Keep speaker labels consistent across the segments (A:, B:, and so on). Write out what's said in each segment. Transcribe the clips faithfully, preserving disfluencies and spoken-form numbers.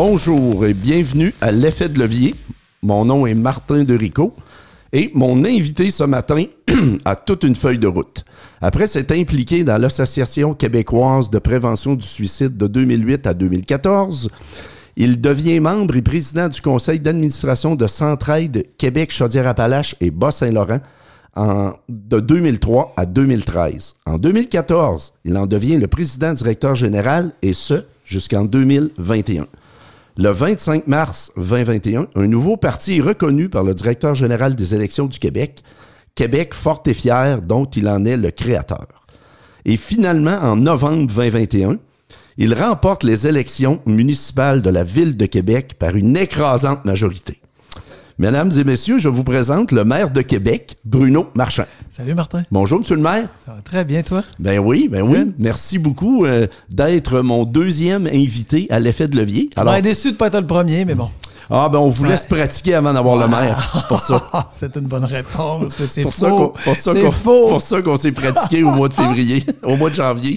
A: Bonjour et bienvenue à l'Effet de levier. Mon nom est Martin Derico et mon invité ce matin a toute une feuille de route. Après s'être impliqué dans l'Association québécoise de prévention du suicide de deux mille huit à deux mille quatorze, il devient membre et président du conseil d'administration de Centraide Québec, Chaudière-Appalaches et Bas-Saint-Laurent en, de deux mille trois à deux mille treize. En deux mille quatorze, il en devient le président-directeur général et ce, jusqu'en deux mille vingt et un. Le vingt-cinq mars deux mille vingt et un, un nouveau parti est reconnu par le directeur général des élections du Québec, Québec fort et fier, dont il en est le créateur. Et finalement, en novembre deux mille vingt et un, il remporte les élections municipales de la Ville de Québec par une écrasante majorité. Mesdames et messieurs, je vous présente le maire de Québec, Bruno Marchand.
B: Salut Martin.
A: Bonjour, monsieur le maire.
B: Ça va très bien, toi?
A: Ben oui, ben oui. Good. Merci beaucoup euh, d'être mon deuxième invité à l'Effet de levier.
B: Alors, on est déçu de ne pas être le premier, mais bon.
A: Ah, ben on vous laisse ouais. pratiquer avant d'avoir wow. le maire. C'est pour ça.
B: C'est une bonne réponse, mais c'est
A: pour
B: faux.
A: Ça qu'on, pour ça
B: c'est
A: qu'on,
B: faux.
A: pour ça qu'on s'est pratiqué au mois de février, au mois de janvier.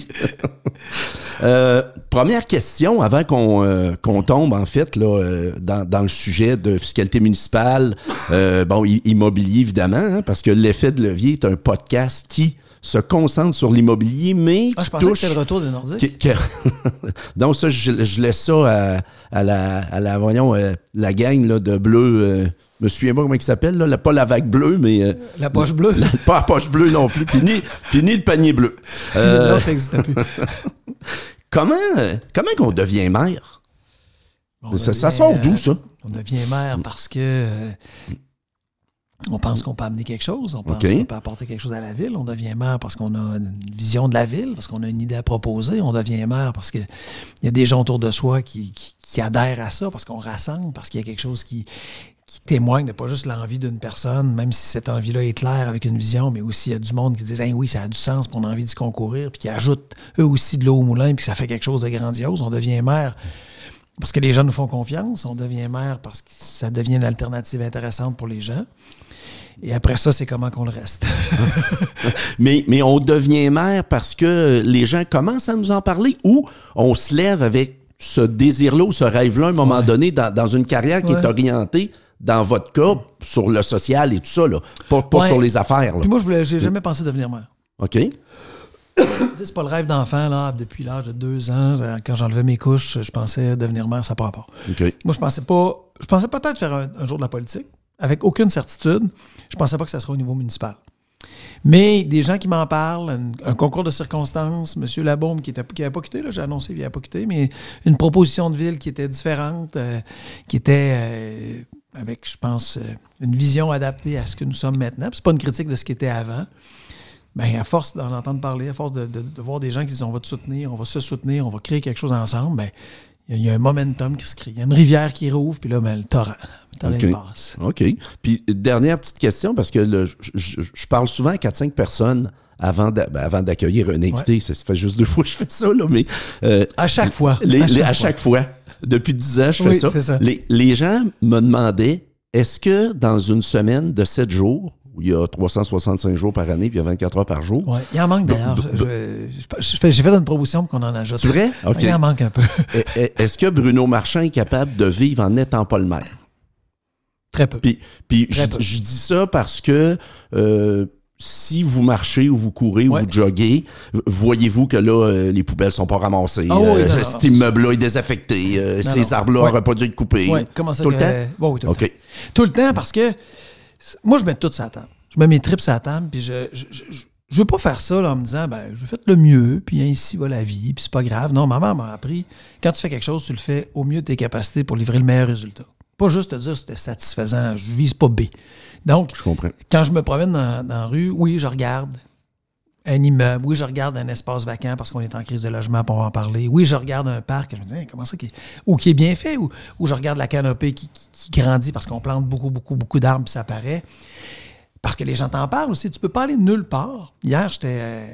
A: euh, première question, avant qu'on, euh, qu'on tombe, en fait, là, euh, dans, dans le sujet de fiscalité municipale, euh, bon, immobilier, évidemment, hein, parce que l'Effet de levier est un podcast qui se concentre sur l'immobilier, mais
B: ah, je pensais touche... que c'était le retour des Nordiques. Que, que... Donc ça, je, je laisse ça à, à la, à la, voyons, euh, la gang là, de bleu. Euh, je me souviens pas comment il s'appelle, là, pas la vague bleue, mais... Euh, la poche bleue.
A: La, pas la poche bleue non plus, puis ni, puis ni le panier bleu.
B: Euh, non, ça n'existe plus.
A: comment, comment qu'on devient maire? On ça, devient, ça sort d'où, ça?
B: On devient maire parce que... Euh, On pense qu'on peut amener quelque chose, on pense
A: okay.
B: qu'on peut apporter quelque chose à la ville. On devient maire parce qu'on a une vision de la ville, parce qu'on a une idée à proposer. On devient maire parce qu'il y a des gens autour de soi qui, qui, qui adhèrent à ça, parce qu'on rassemble, parce qu'il y a quelque chose qui, qui témoigne de pas juste l'envie d'une personne, même si cette envie-là est claire avec une vision, mais aussi il y a du monde qui dit hey, « oui, ça a du sens, puis on a envie d'y concourir », puis qui ajoute eux aussi de l'eau au moulin, puis ça fait quelque chose de grandiose. On devient maire parce que les gens nous font confiance. On devient maire parce que ça devient une alternative intéressante pour les gens. Et après ça, c'est comment qu'on le reste.
A: mais, mais on devient maire parce que les gens commencent à nous en parler ou on se lève avec ce désir-là ou ce rêve-là à un moment ouais. donné dans, dans une carrière qui ouais. est orientée, dans votre cas, sur le social et tout ça, là, pas, pas ouais. sur les affaires. Là.
B: Puis moi, je voulais, j'ai jamais pensé devenir maire.
A: OK.
B: C'est pas le rêve d'enfant, là, depuis l'âge de deux ans. Quand j'enlevais mes couches, je pensais devenir maire, ça n'a pas rapport.
A: Okay.
B: Moi, je pensais pas... Je pensais peut-être faire un, un jour de la politique. Avec aucune certitude, je ne pensais pas que ça serait au niveau municipal. Mais des gens qui m'en parlent, un, un concours de circonstances, M. Labaume qui n'avait pas quitté, là, j'ai annoncé qu'il n'avait pas quitté, mais une proposition de ville qui était différente, euh, qui était euh, avec, je pense, euh, une vision adaptée à ce que nous sommes maintenant. Puis c'est pas une critique de ce qui était avant. Bien, à force d'en entendre parler, à force de, de, de voir des gens qui disent on va te soutenir, on va se soutenir, on va créer quelque chose ensemble, bien, il y a un momentum qui se crée. Il y a une rivière qui rouvre, puis là, ben, le torrent. Le torrent
A: okay.
B: passe.
A: OK. Puis, dernière petite question, parce que le, je, je, je parle souvent à quatre cinq personnes avant, d'a, ben, avant d'accueillir un invité. Ouais. Ça, ça fait juste deux fois que je fais ça, là, mais... Euh,
B: à chaque fois.
A: Les,
B: à chaque,
A: les,
B: fois.
A: À chaque fois. Depuis dix ans, je fais
B: oui,
A: ça.
B: C'est ça.
A: Les, les gens me demandaient, est-ce que dans une semaine de sept jours, où il y a trois cent soixante-cinq jours par année, puis il y a vingt-quatre heures par jour.
B: Oui, il en manque d'ailleurs. Je, je, je, je, j'ai fait une proposition pour qu'on en ajoute.
A: C'est vrai? OK.
B: Il en manque un peu.
A: Est-ce que Bruno Marchand est capable de vivre en n'étant pas le maire?
B: Très peu.
A: Puis, puis
B: Très
A: je,
B: peu. je
A: dis ça parce que euh, si vous marchez ou vous courez
B: ouais.
A: ou vous joguez, voyez-vous que là, euh, les poubelles sont pas ramassées.
B: Oh, oui,
A: euh,
B: non, non,
A: cet immeuble-là est désaffecté. Euh,
B: non,
A: ces
B: non.
A: arbres-là
B: ouais.
A: n'auraient pas dû être coupés.
B: Oui, comment ça?
A: Tout
B: que...
A: le temps?
B: Bon, oui, tout le
A: okay.
B: temps. Tout le temps parce que moi, je mets tout sur la table. Je mets mes tripes sur la table, puis je, je, je, je veux pas faire ça là, en me disant, ben, je vais faire le mieux, puis ainsi va la vie, puis c'est pas grave. Non, ma mère m'a appris, quand tu fais quelque chose, tu le fais au mieux de tes capacités pour livrer le meilleur résultat. Pas juste te dire c'était satisfaisant, je vise pas B. Donc,
A: je comprends.
B: Quand je me promène dans, dans la rue, oui, je regarde un immeuble, oui, je regarde un espace vacant parce qu'on est en crise de logement, pour en parler. Oui, je regarde un parc, je me dis, hey, comment ça, qui est, ou qui est bien fait, ou, ou je regarde la canopée qui, qui, qui grandit parce qu'on plante beaucoup, beaucoup, beaucoup d'arbres, puis ça paraît. Parce que les gens t'en parlent aussi. Tu peux pas aller nulle part. Hier, j'étais euh,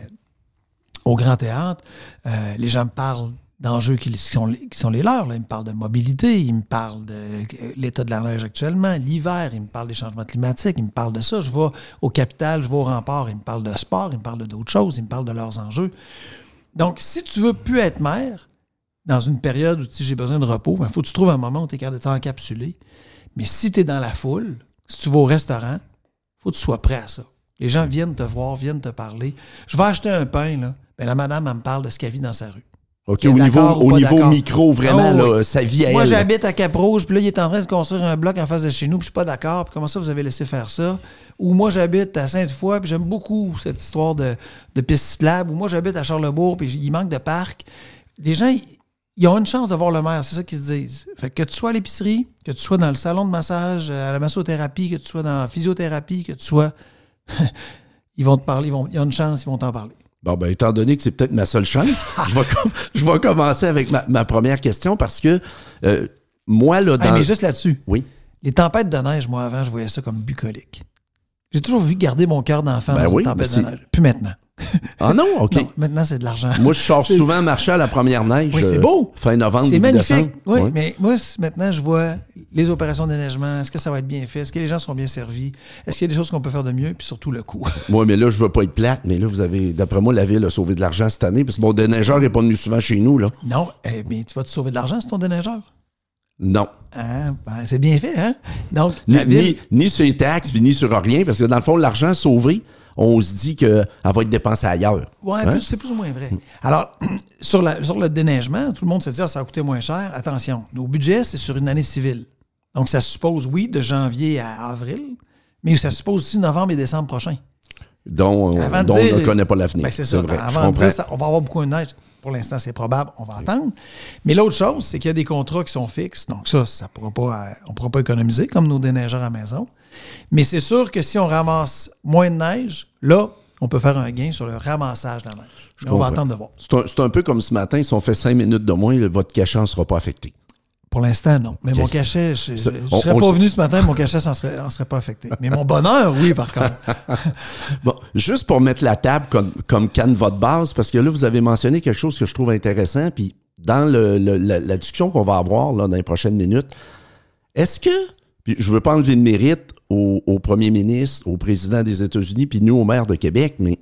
B: au Grand Théâtre. Euh, les gens me parlent d'enjeux qui sont, qui sont les leurs. Là. Ils me parlent de mobilité, ils me parlent de l'état de la neige actuellement, l'hiver, ils me parlent des changements climatiques, ils me parlent de ça. Je vais au Capitole, je vais au Rempart, ils me parlent de sport, ils me parlent de d'autres choses, ils me parlent de leurs enjeux. Donc, si tu veux plus être maire, dans une période où si j'ai besoin de repos, il faut que tu trouves un moment où tu es capable de t'encapsuler. Mais si tu es dans la foule, si tu vas au restaurant, il faut que tu sois prêt à ça. Les gens viennent te voir, viennent te parler. Je vais acheter un pain, là. Ben, la madame, elle me parle de ce qu'elle vit dans sa rue.
A: OK, au niveau, au niveau micro, vraiment, oh, oui. là, sa vie à
B: Moi,
A: elle.
B: j'habite à Cap-Rouge, puis là, il est en train de construire un bloc en face de chez nous, puis je suis pas d'accord, puis comment ça, vous avez laissé faire ça? Ou moi, j'habite à Sainte-Foy, puis j'aime beaucoup cette histoire de, de piste cyclable. Ou moi, j'habite à Charlesbourg, puis il manque de parc. Les gens, ils ont une chance de voir le maire, c'est ça qu'ils se disent. Fait que, que tu sois à l'épicerie, que tu sois dans le salon de massage, à la massothérapie, que tu sois dans la physiothérapie, que tu sois... ils vont te parler, ils, vont... ils ont une chance, ils vont t'en parler.
A: Bon, ben, étant donné que c'est peut-être ma seule chance, je, vais com- je vais commencer avec ma, ma première question parce que euh, moi, là, dans...
B: Hey, mais juste là-dessus.
A: Oui.
B: Les tempêtes de neige, moi, avant, je voyais ça comme bucolique. J'ai toujours vu garder mon cœur d'enfant
A: ben
B: dans
A: oui,
B: une tempête
A: c'est...
B: de neige. Plus maintenant.
A: Ah non? OK.
B: Non, maintenant, c'est de l'argent.
A: Moi, je sors
B: c'est...
A: souvent marcher à la première neige.
B: Oui, c'est beau.
A: Euh, fin novembre,
B: c'est
A: début
B: magnifique.
A: décembre.
B: Oui,
A: oui,
B: mais moi, maintenant, je vois les opérations d'éneigement. Est-ce que ça va être bien fait? Est-ce que les gens sont bien servis? Est-ce qu'il y a des choses qu'on peut faire de mieux? Puis surtout, le coût.
A: Oui, mais là, je veux pas être plate, mais là, vous avez, d'après moi, la ville a sauvé de l'argent cette année parce que mon déneigeur n'est pas venu souvent chez nous, là.
B: Non, eh, mais tu vas te sauver de l'argent, c'est ton déneigeur?
A: Non.
B: Ah, ben, c'est bien fait, hein? Donc,
A: ni,
B: la ville...
A: ni, ni sur les taxes, ni sur rien, parce que dans le fond, l'argent sauvé, on se dit qu'elle va être dépensée ailleurs.
B: Oui,
A: hein?
B: c'est plus ou moins vrai. Alors, sur, la, sur le déneigement, tout le monde se dit ah, ça va coûter moins cher. Attention, nos budgets, c'est sur une année civile. Donc, ça suppose, oui, de janvier à avril, mais ça suppose aussi novembre et décembre prochain.
A: Dont, on, dont dire, on ne connaît pas l'avenir.
B: Ben c'est ça. C'est vrai. Avant de dire ça, on va avoir beaucoup de neige. Pour l'instant, c'est probable, on va attendre. Mais l'autre chose, c'est qu'il y a des contrats qui sont fixes. Donc ça, ça pourra pas, on ne pourra pas économiser comme nos déneigeurs à la maison. Mais c'est sûr que si on ramasse moins de neige, là, on peut faire un gain sur le ramassage de la neige. Mais on va attendre de voir.
A: C'est un, c'est un peu comme ce matin, si on fait cinq minutes de moins, votre cachet ne sera pas affecté.
B: Pour l'instant, non. Mais okay. mon cachet, je ne serais
A: on,
B: pas
A: on
B: venu ce matin, mon cachet n'en serait, serait pas affecté. Mais mon bonheur, oui, par contre.
A: Bon, juste pour mettre la table comme, comme canevas de base, parce que là, vous avez mentionné quelque chose que je trouve intéressant, puis dans le, le, la, la discussion qu'on va avoir là, dans les prochaines minutes, est-ce que, puis je ne veux pas enlever de mérite au, au premier ministre, au président des États-Unis, puis nous, au maire de Québec, mais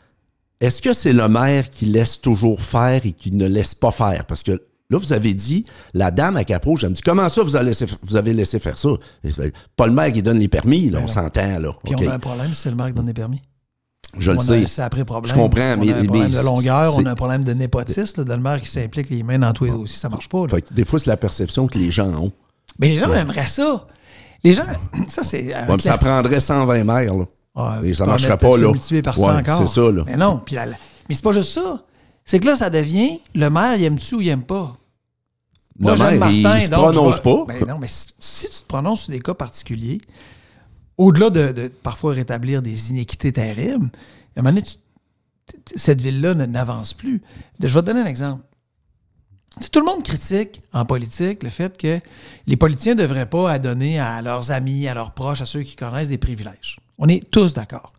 A: est-ce que c'est le maire qui laisse toujours faire et qui ne laisse pas faire? Parce que là, vous avez dit, la dame à Cap-Rouge, elle me dit, comment ça, vous avez laissé, vous avez laissé faire ça? Pas le maire qui donne les permis, là, ben on non. s'entend, là.
B: Puis okay. on a un problème, c'est le maire qui donne les permis.
A: Je on le sais.
B: C'est après problème.
A: Je comprends,
B: on
A: mais...
B: On a un problème
A: mais
B: de longueur, c'est... on a un problème de népotisme, là, de le maire qui s'implique les mains dans tous les dossiers, ça marche pas. Là.
A: Fait que des fois, c'est la perception que les gens ont.
B: Mais les gens ouais. aimeraient ça. Les gens, ça, c'est...
A: Ouais, ça prendrait cent vingt maires, là.
B: Ah,
A: et ça ne marcherait pas, là.
B: Multiplié par cent
A: ouais,
B: encore.
A: C'est ça, là.
B: Mais non, puis la... mais c'est pas juste ça. C'est que là, ça devient, le maire, il aime-tu ou il aime pas? Moi,
A: le maire, Martin, il se prononce vais... pas.
B: Ben non, mais si, si tu te prononces sur des cas particuliers, au-delà de, de parfois rétablir des inéquités terribles, à un moment donné, tu, cette ville-là n'avance plus. Je vais te donner un exemple. Si tout le monde critique en politique le fait que les politiciens ne devraient pas donner à leurs amis, à leurs proches, à ceux qui connaissent des privilèges. On est tous d'accord.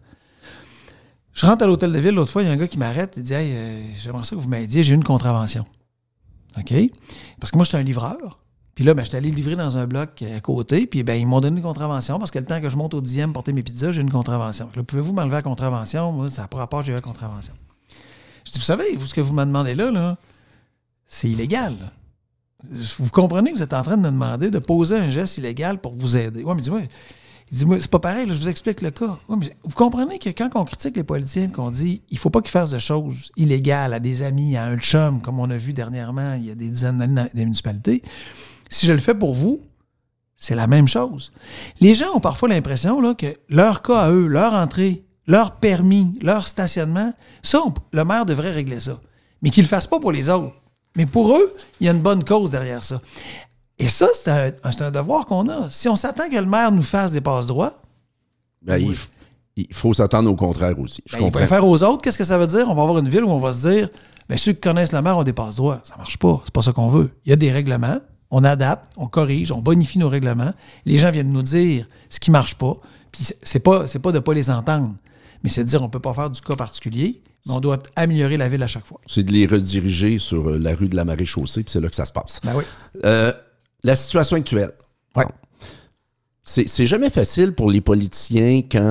B: Je rentre à l'hôtel de ville, l'autre fois, il y a un gars qui m'arrête et dit hey, euh, j'aimerais ça que vous m'aidiez, j'ai eu une contravention. OK? Parce que moi, j'étais un livreur. Puis là, ben, j'étais allé livrer dans un bloc à côté, puis ben, ils m'ont donné une contravention parce que le temps que je monte au dixième porter mes pizzas, j'ai une contravention. Là, pouvez-vous m'enlever la contravention? Moi, ça n'a pas rapport, j'ai eu la contravention. Je dis, vous savez, vous, ce que vous me demandez là, là c'est illégal. Là. Vous comprenez que vous êtes en train de me demander de poser un geste illégal pour vous aider. Oui, mais dis-moi, il dit, c'est pas pareil, là, je vous explique le cas. Ouais, mais vous comprenez que quand on critique les politiciens, qu'on dit il faut pas qu'ils fassent de choses illégales à des amis, à un chum, comme on a vu dernièrement, il y a des dizaines d'années dans des municipalités, si je le fais pour vous, c'est la même chose. Les gens ont parfois l'impression là, que leur cas à eux, leur entrée, leur permis, leur stationnement, ça, on, le maire devrait régler ça. Mais qu'il le fasse pas pour les autres. Mais pour eux, il y a une bonne cause derrière ça. Et ça, c'est un, c'est un devoir qu'on a. Si on s'attend que le maire nous fasse des passe-droits...
A: Ben, oui. il, il faut s'attendre au contraire aussi. Je
B: ben, il préfère aux autres. Qu'est-ce que ça veut dire? On va avoir une ville où on va se dire ben, ceux qui connaissent le maire ont des passe-droits. Ça marche pas. C'est pas ça qu'on veut. Il y a des règlements. On adapte, on corrige, on bonifie nos règlements. Les gens viennent nous dire ce qui marche pas. Puis c'est pas, c'est pas de pas les entendre. Mais c'est de dire on peut pas faire du cas particulier, mais on doit améliorer la ville à chaque fois.
A: C'est de les rediriger sur la rue de la Maréchaussée, puis c'est là que ça se passe.
B: Ben oui.
A: Euh, la situation actuelle.
B: Ouais.
A: C'est, c'est jamais facile pour les politiciens quand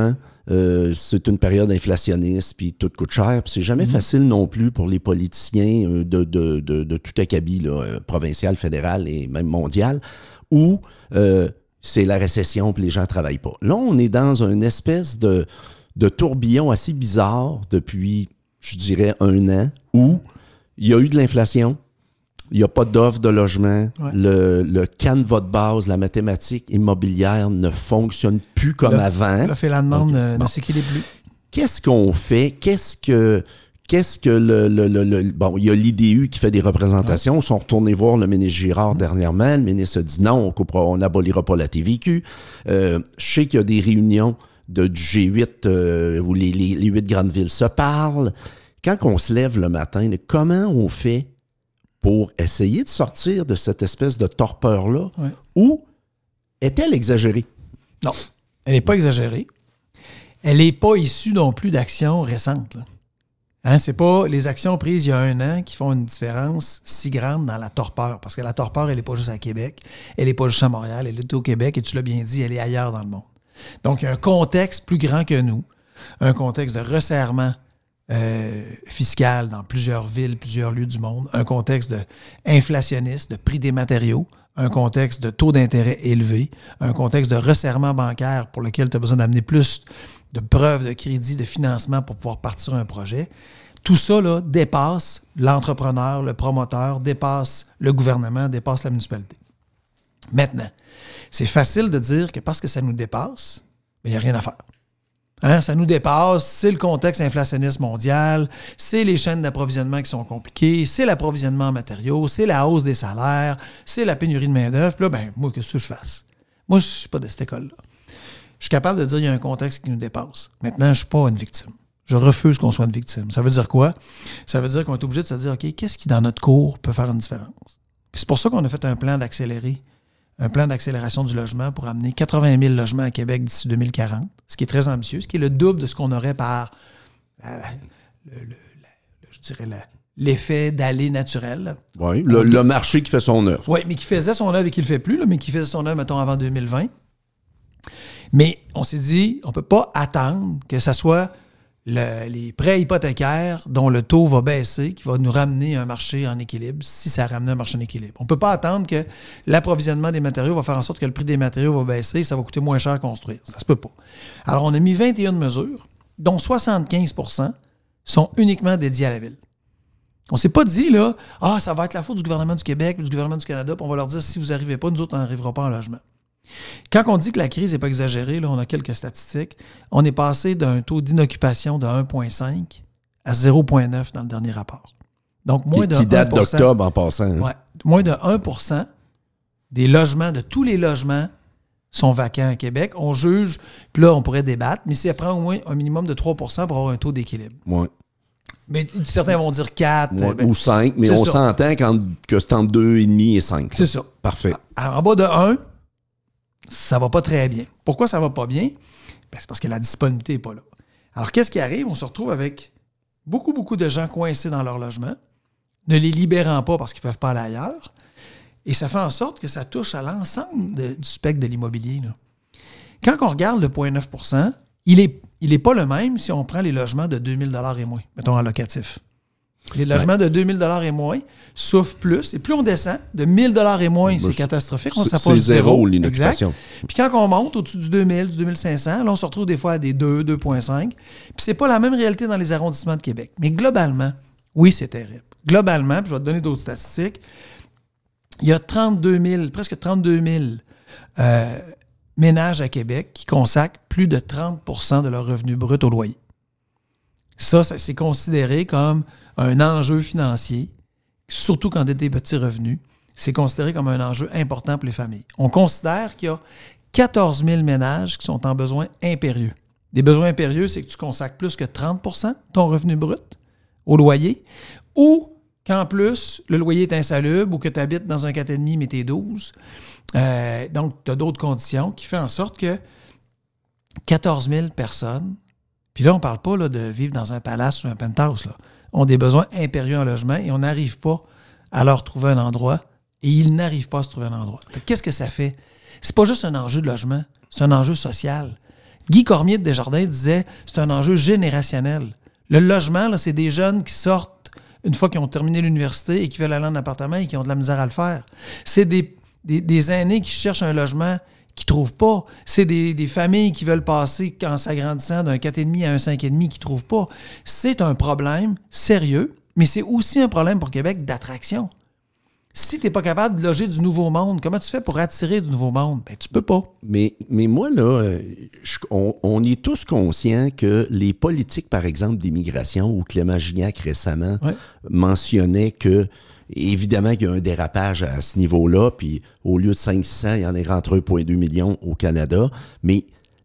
A: euh, c'est une période inflationniste, puis tout coûte cher. Puis c'est jamais mmh. facile non plus pour les politiciens euh, de, de, de, de tout acabit, là, euh, provincial, fédéral et même mondial, où euh, c'est la récession puis les gens ne travaillent pas. Là, on est dans une espèce de, de tourbillon assez bizarre depuis, je dirais, un an, où il y a eu de l'inflation, il n'y a pas d'offre de logement, ouais. le, le canevas de base, la mathématique immobilière ne fonctionne plus comme le, avant.
B: Le fait la demande okay. ne, bon. ne s'équilibre plus.
A: Qu'est-ce qu'on fait? Qu'est-ce que... Qu'est-ce que le, le, le, le... Bon, il y a l'I D U qui fait des représentations. Ouais. Ils sont retournés voir le ministre Girard mmh. dernièrement. Le ministre a dit non, on n'abolira pas la T V Q. Euh, je sais qu'il y a des réunions de, du G huit euh, où les, les, les huit grandes villes se parlent. Quand on se lève le matin, comment on fait pour essayer de sortir de cette espèce de torpeur-là? Ouais. Ou est-elle exagérée?
B: Non, elle n'est pas exagérée. Elle n'est pas issue non plus d'actions récentes, là. Hein, c'est pas les actions prises il y a un an qui font une différence si grande dans la torpeur. Parce que la torpeur, elle n'est pas juste à Québec, elle n'est pas juste à Montréal, elle est au Québec et tu l'as bien dit, elle est ailleurs dans le monde. Donc, il y a un contexte plus grand que nous, un contexte de resserrement euh, fiscal dans plusieurs villes, plusieurs lieux du monde, un contexte de inflationniste, de prix des matériaux, un contexte de taux d'intérêt élevé, un contexte de resserrement bancaire pour lequel tu as besoin d'amener plus de preuves de crédit, de financement pour pouvoir partir un projet. Tout ça là, dépasse l'entrepreneur, le promoteur, dépasse le gouvernement, dépasse la municipalité. Maintenant, c'est facile de dire que parce que ça nous dépasse, il n'y a rien à faire. Hein? Ça nous dépasse, c'est le contexte inflationniste mondial, c'est les chaînes d'approvisionnement qui sont compliquées, c'est l'approvisionnement en matériaux, c'est la hausse des salaires, c'est la pénurie de main-d'œuvre. Puis là, ben, moi, qu'est-ce que je fasse? Moi, je ne suis pas de cette école-là. Je suis capable de dire qu'il y a un contexte qui nous dépasse. Maintenant, je ne suis pas une victime. Je refuse qu'on soit une victime. Ça veut dire quoi? Ça veut dire qu'on est obligé de se dire, OK, qu'est-ce qui, dans notre cours, peut faire une différence? Puis c'est pour ça qu'on a fait un plan d'accélérer, un plan d'accélération du logement pour amener quatre-vingt mille logements à Québec d'ici deux mille quarante, ce qui est très ambitieux, ce qui est le double de ce qu'on aurait par, la, la, le, le, la, je dirais, la, l'effet d'allée naturelle.
A: Oui, le, le marché qui fait son œuvre.
B: Oui, mais qui faisait son œuvre et qui ne le fait plus, là, mais qui faisait son œuvre, mettons, avant deux mille vingt. Mais on s'est dit, on ne peut pas attendre que ce soit le, les prêts hypothécaires dont le taux va baisser qui va nous ramener un marché en équilibre, si ça ramène un marché en équilibre. On ne peut pas attendre que l'approvisionnement des matériaux va faire en sorte que le prix des matériaux va baisser et ça va coûter moins cher à construire. Ça ne se peut pas. Alors, on a mis vingt et une mesures, dont soixante-quinze pour cent sont uniquement dédiées à la ville. On ne s'est pas dit, là, ah, ça va être la faute du gouvernement du Québec ou du gouvernement du Canada, puis on va leur dire, si vous n'arrivez pas, nous autres, on n'arrivera pas en logement. Quand on dit que la crise n'est pas exagérée, là, on a quelques statistiques, on est passé d'un taux d'inoccupation de un virgule cinq à zéro virgule neuf dans le dernier rapport. Donc, moins
A: qui,
B: de
A: qui date
B: un pour cent,
A: d'octobre en passant. Hein?
B: Ouais, moins de un pour cent des logements, de tous les logements, sont vacants à Québec. On juge, puis là, on pourrait débattre, mais ça prend au moins un minimum de trois pour cent pour avoir un taux d'équilibre.
A: Oui.
B: Mais certains vont dire quatre.
A: Ouais,
B: ben,
A: ou cinq, mais on ça. s'entend quand, que c'est entre deux virgule cinq et cinq.
B: C'est ça.
A: Parfait.
B: Alors, en bas de un, ça va pas très bien. Pourquoi ça va pas bien? Ben, c'est parce que la disponibilité n'est pas là. Alors, qu'est-ce qui arrive? On se retrouve avec beaucoup, beaucoup de gens coincés dans leur logement, ne les libérant pas parce qu'ils ne peuvent pas aller ailleurs. Et ça fait en sorte que ça touche à l'ensemble de, du spectre de l'immobilier, là. Quand on regarde le zéro virgule neuf pour cent, il n'est il est pas le même si on prend les logements de deux mille dollars et moins, mettons en locatif. Les logements ouais. de deux mille dollars et moins souffrent plus. Et plus on descend, de mille dollars et moins, ben, c'est catastrophique. On
A: c'est zéro, zéro l'inoccupation.
B: Puis quand on monte au-dessus du deux mille, du deux mille cinq cents, là, on se retrouve des fois à des deux, deux virgule cinq. Puis c'est pas la même réalité dans les arrondissements de Québec. Mais globalement, oui, c'est terrible. Globalement, puis je vais te donner d'autres statistiques, il y a trente-deux mille, presque trente-deux mille euh, ménages à Québec qui consacrent plus de trente pour cent de leur revenu brut au loyer. Ça, ça c'est considéré comme un enjeu financier, surtout quand il y a des petits revenus. C'est considéré comme un enjeu important pour les familles. On considère qu'il y a quatorze mille ménages qui sont en besoins impérieux. Des besoins impérieux, c'est que tu consacres plus que trente pour cent de ton revenu brut au loyer, ou qu'en plus, le loyer est insalubre ou que tu habites dans un quatre virgule cinq mais tu es douze. Euh, donc, tu as d'autres conditions qui font en sorte que quatorze mille personnes, puis là, on ne parle pas là, de vivre dans un palace ou un penthouse, là, ont des besoins impérieux en logement et on n'arrive pas à leur trouver un endroit et ils n'arrivent pas à se trouver un endroit. Qu'est-ce que ça fait? C'est pas juste un enjeu de logement, c'est un enjeu social. Guy Cormier de Desjardins disait « c'est un enjeu générationnel ». Le logement, là, c'est des jeunes qui sortent une fois qu'ils ont terminé l'université et qui veulent aller en appartement et qui ont de la misère à le faire. C'est des, des, des aînés qui cherchent un logement qui ne trouvent pas. C'est des, des familles qui veulent passer, en s'agrandissant, d'un quatre virgule cinq à un cinq virgule cinq qui ne trouvent pas. C'est un problème sérieux, mais c'est aussi un problème pour Québec d'attraction. Si tu n'es pas capable de loger du nouveau monde, comment tu fais pour attirer du nouveau monde? Ben, tu peux pas.
A: Mais, mais moi, là, je, on, on est tous conscients que les politiques, par exemple, d'immigration, où Clément Gignac récemment ouais. mentionnait que, évidemment, qu'il y a un dérapage à ce niveau-là, puis au lieu de cinq cents, il y en est rentré un virgule deux million au Canada, mais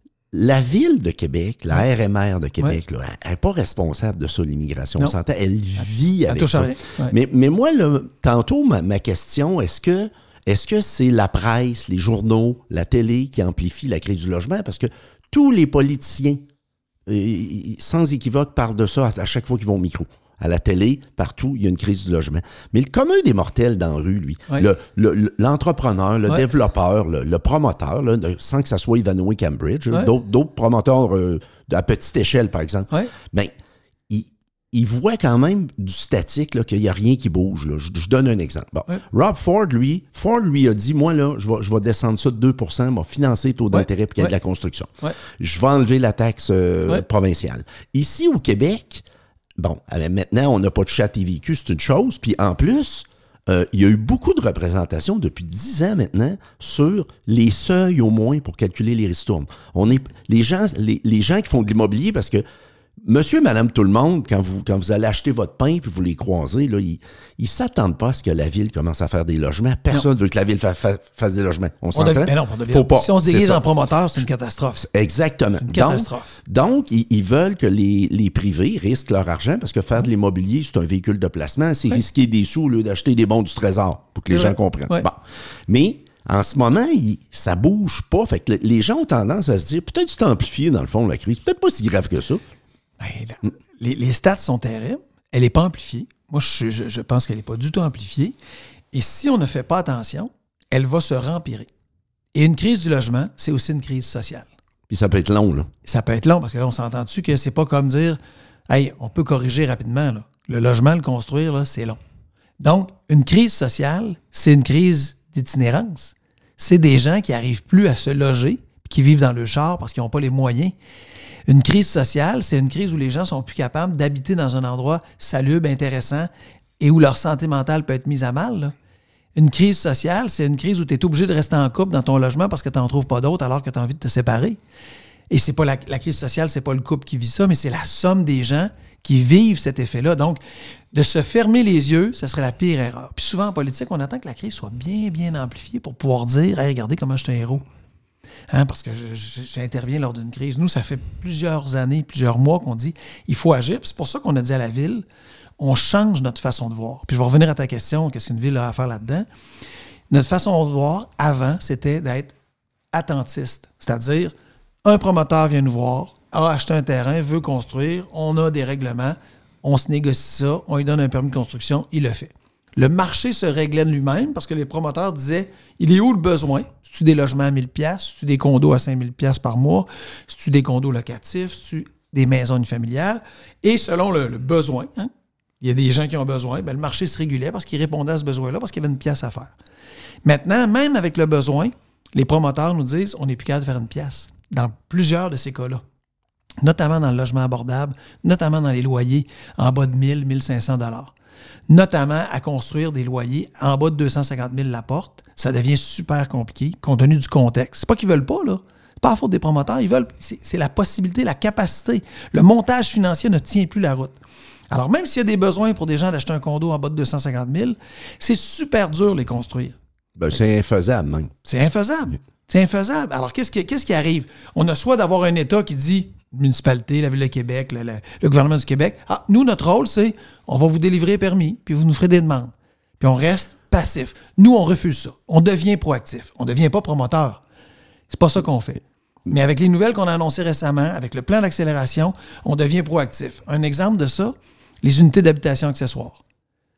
A: la Ville de Québec, la R M R de Québec, ouais. là, elle n'est pas responsable de ça, l'immigration. On s'entend, elle vit avec ça. Ouais. Mais, mais moi, là, tantôt, ma, ma question, est-ce que est-ce que c'est la presse, les journaux, la télé qui amplifient la crise du logement? Parce que tous les politiciens, euh, sans équivoque, parlent de ça à, à chaque fois qu'ils vont au micro. À la télé, partout, il y a une crise du logement. Mais le commun des mortels dans la rue, lui, oui. le, le, l'entrepreneur, le oui. développeur, le, le promoteur, là, sans que ça soit Ivanhoe Cambridge, oui. d'autres, d'autres promoteurs euh, à petite échelle, par exemple, oui. ben, il, il voit quand même du statique, là, qu'il n'y a rien qui bouge. Là. Je, je donne un exemple. Bon. Oui. Rob Ford, lui, Ford lui a dit, moi, là, je vais, je vais descendre ça de deux pour cent, je vais financer le taux d'intérêt oui. pour qu'il y ait oui. de la construction. Oui. Je vais enlever la taxe euh, oui. provinciale. Ici, au Québec, bon, maintenant, on n'a pas de chat T V Q, c'est une chose. Puis en plus, euh, il y a eu beaucoup de représentations depuis dix ans maintenant sur les seuils au moins pour calculer les ristournes. On est les gens, les, les gens qui font de l'immobilier, parce que monsieur, madame, tout le monde, quand vous, quand vous allez acheter votre pain puis vous les croisez, là, ils ne s'attendent pas à ce que la Ville commence à faire des logements. Personne ne veut que la Ville fa- fa- fasse des logements. On, on s'entend? Dev-
B: mais non, on Faut pas. Si on se déguise en promoteur, c'est une catastrophe.
A: Exactement.
B: C'est une catastrophe.
A: Donc, donc ils, ils veulent que les, les privés risquent leur argent parce que faire de l'immobilier, c'est un véhicule de placement. C'est oui. risquer des sous au lieu d'acheter des bons du Trésor, pour que les c'est gens vrai. comprennent. Oui. Bon. Mais en ce moment, il, ça bouge pas. Fait que les gens ont tendance à se dire, peut-être c'est amplifié dans le fond, la crise. Peut-être pas si grave que ça.
B: Ben, les, les stats sont terribles. Elle n'est pas amplifiée. Moi, je, je, je pense qu'elle n'est pas du tout amplifiée. Et si on ne fait pas attention, elle va se rempirer. Et une crise du logement, c'est aussi une crise sociale.
A: Puis ça peut être long, là.
B: Ça peut être long, parce que là, on s'entend dessus que c'est pas comme dire « Hey, on peut corriger rapidement. » là. Le logement, le construire, là, c'est long. Donc, une crise sociale, c'est une crise d'itinérance. C'est des gens qui n'arrivent plus à se loger, qui vivent dans le char parce qu'ils n'ont pas les moyens. Une crise sociale, c'est une crise où les gens sont plus capables d'habiter dans un endroit salubre, intéressant et où leur santé mentale peut être mise à mal. Là. Une crise sociale, c'est une crise où tu es obligé de rester en couple dans ton logement parce que tu n'en trouves pas d'autres alors que tu as envie de te séparer. Et c'est pas la, la crise sociale, c'est pas le couple qui vit ça, mais c'est la somme des gens qui vivent cet effet-là. Donc, de se fermer les yeux, ça serait la pire erreur. Puis souvent en politique, on attend que la crise soit bien, bien amplifiée pour pouvoir dire « Hey, regardez comment je suis un héros ». Hein, parce que je, je, j'interviens lors d'une crise. Nous, ça fait plusieurs années, plusieurs mois qu'on dit il faut agir. Puis c'est pour ça qu'on a dit à la Ville, on change notre façon de voir. Puis je vais revenir à ta question, qu'est-ce qu'une ville a à faire là-dedans? Notre façon de voir, avant, c'était d'être attentiste. C'est-à-dire, un promoteur vient nous voir, a acheté un terrain, veut construire, on a des règlements, on se négocie ça, on lui donne un permis de construction, il le fait. Le marché se réglait de lui-même parce que les promoteurs disaient il est où le besoin? C'est-tu des logements à mille dollars? C'est-tu des condos à cinq mille dollars par mois? C'est-tu des condos locatifs? C'est-tu des maisons unifamiliales? Et selon le, le besoin, hein, il y a des gens qui ont besoin, bien, le marché se régulait parce qu'ils répondaient à ce besoin-là parce qu'il y avait une pièce à faire. Maintenant, même avec le besoin, les promoteurs nous disent on n'est plus capable de faire une pièce. Dans plusieurs de ces cas-là. Notamment dans le logement abordable, notamment dans les loyers en bas de mille, mille cinq cents dollars. Notamment à construire des loyers en bas de deux cent cinquante mille la porte, ça devient super compliqué, compte tenu du contexte. C'est pas qu'ils veulent pas, là. C'est pas la faute des promoteurs. Ils veulent, c'est, c'est la possibilité, la capacité. Le montage financier ne tient plus la route. Alors, même s'il y a des besoins pour des gens d'acheter un condo en bas de deux cent cinquante mille, c'est super dur de les construire.
A: Ben, c'est infaisable, même.
B: C'est infaisable. C'est infaisable. Alors, qu'est-ce qui, qu'est-ce qui arrive? On a soit d'avoir un État qui dit municipalité, la Ville de Québec, le, le, le gouvernement du Québec. Ah, nous, notre rôle, c'est on va vous délivrer permis, puis vous nous ferez des demandes. Puis on reste passif. Nous, on refuse ça. On devient proactif. On ne devient pas promoteur. C'est pas ça qu'on fait. Mais avec les nouvelles qu'on a annoncées récemment, avec le plan d'accélération, on devient proactif. Un exemple de ça, les unités d'habitation accessoires.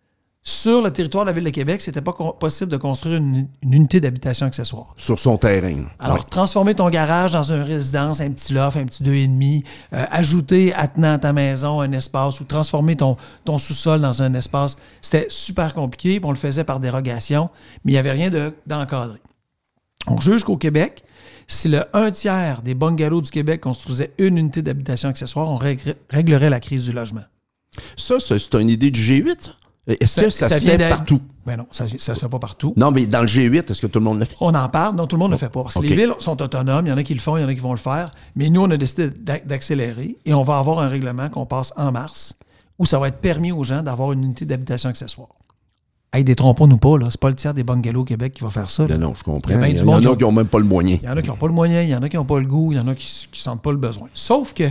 B: sur le territoire de la Ville de Québec, c'était pas con- possible de construire une, une unité d'habitation accessoire.
A: Sur son terrain.
B: Alors,
A: Ouais.
B: transformer ton garage dans une résidence, un petit loft, un petit deux et demi, euh, ajouter attenant à ta maison un espace ou transformer ton, ton sous-sol dans un espace, c'était super compliqué, puis on le faisait par dérogation, mais il n'y avait rien de, d'encadré. On juge qu'au Québec, si le un tiers des bungalows du Québec construisait une unité d'habitation accessoire, on règle- réglerait la crise du logement.
A: Ça, c'est, c'est une idée du G huit, ça? Est-ce que ça,
B: Ça
A: se
B: vient
A: fait
B: d'être-
A: partout?
B: Ben non, ça ne se fait pas partout.
A: Non, mais dans le G huit, est-ce que tout le monde le fait?
B: On en parle, non, tout le monde ne le fait pas. Parce que
A: OK.
B: les villes sont autonomes, il y en a qui le font, il y en a qui vont le faire. Mais nous, on a décidé d'a- d'accélérer et on va avoir un règlement qu'on passe en mars où ça va être permis aux gens d'avoir une unité d'habitation accessoire. Hey, détrompons-nous pas, là. C'est pas le tiers des bungalows au Québec qui va faire ça. Là.
A: Non, non, je comprends.
B: Il y a bien
A: Il y,
B: du
A: en
B: monde qui
A: a
B: ont-
A: qui n'ont même pas le moyen.
B: Il y en a qui n'ont pas le moyen, il y en a qui n'ont pas le goût, il y en a qui ne sentent pas le besoin. Sauf que,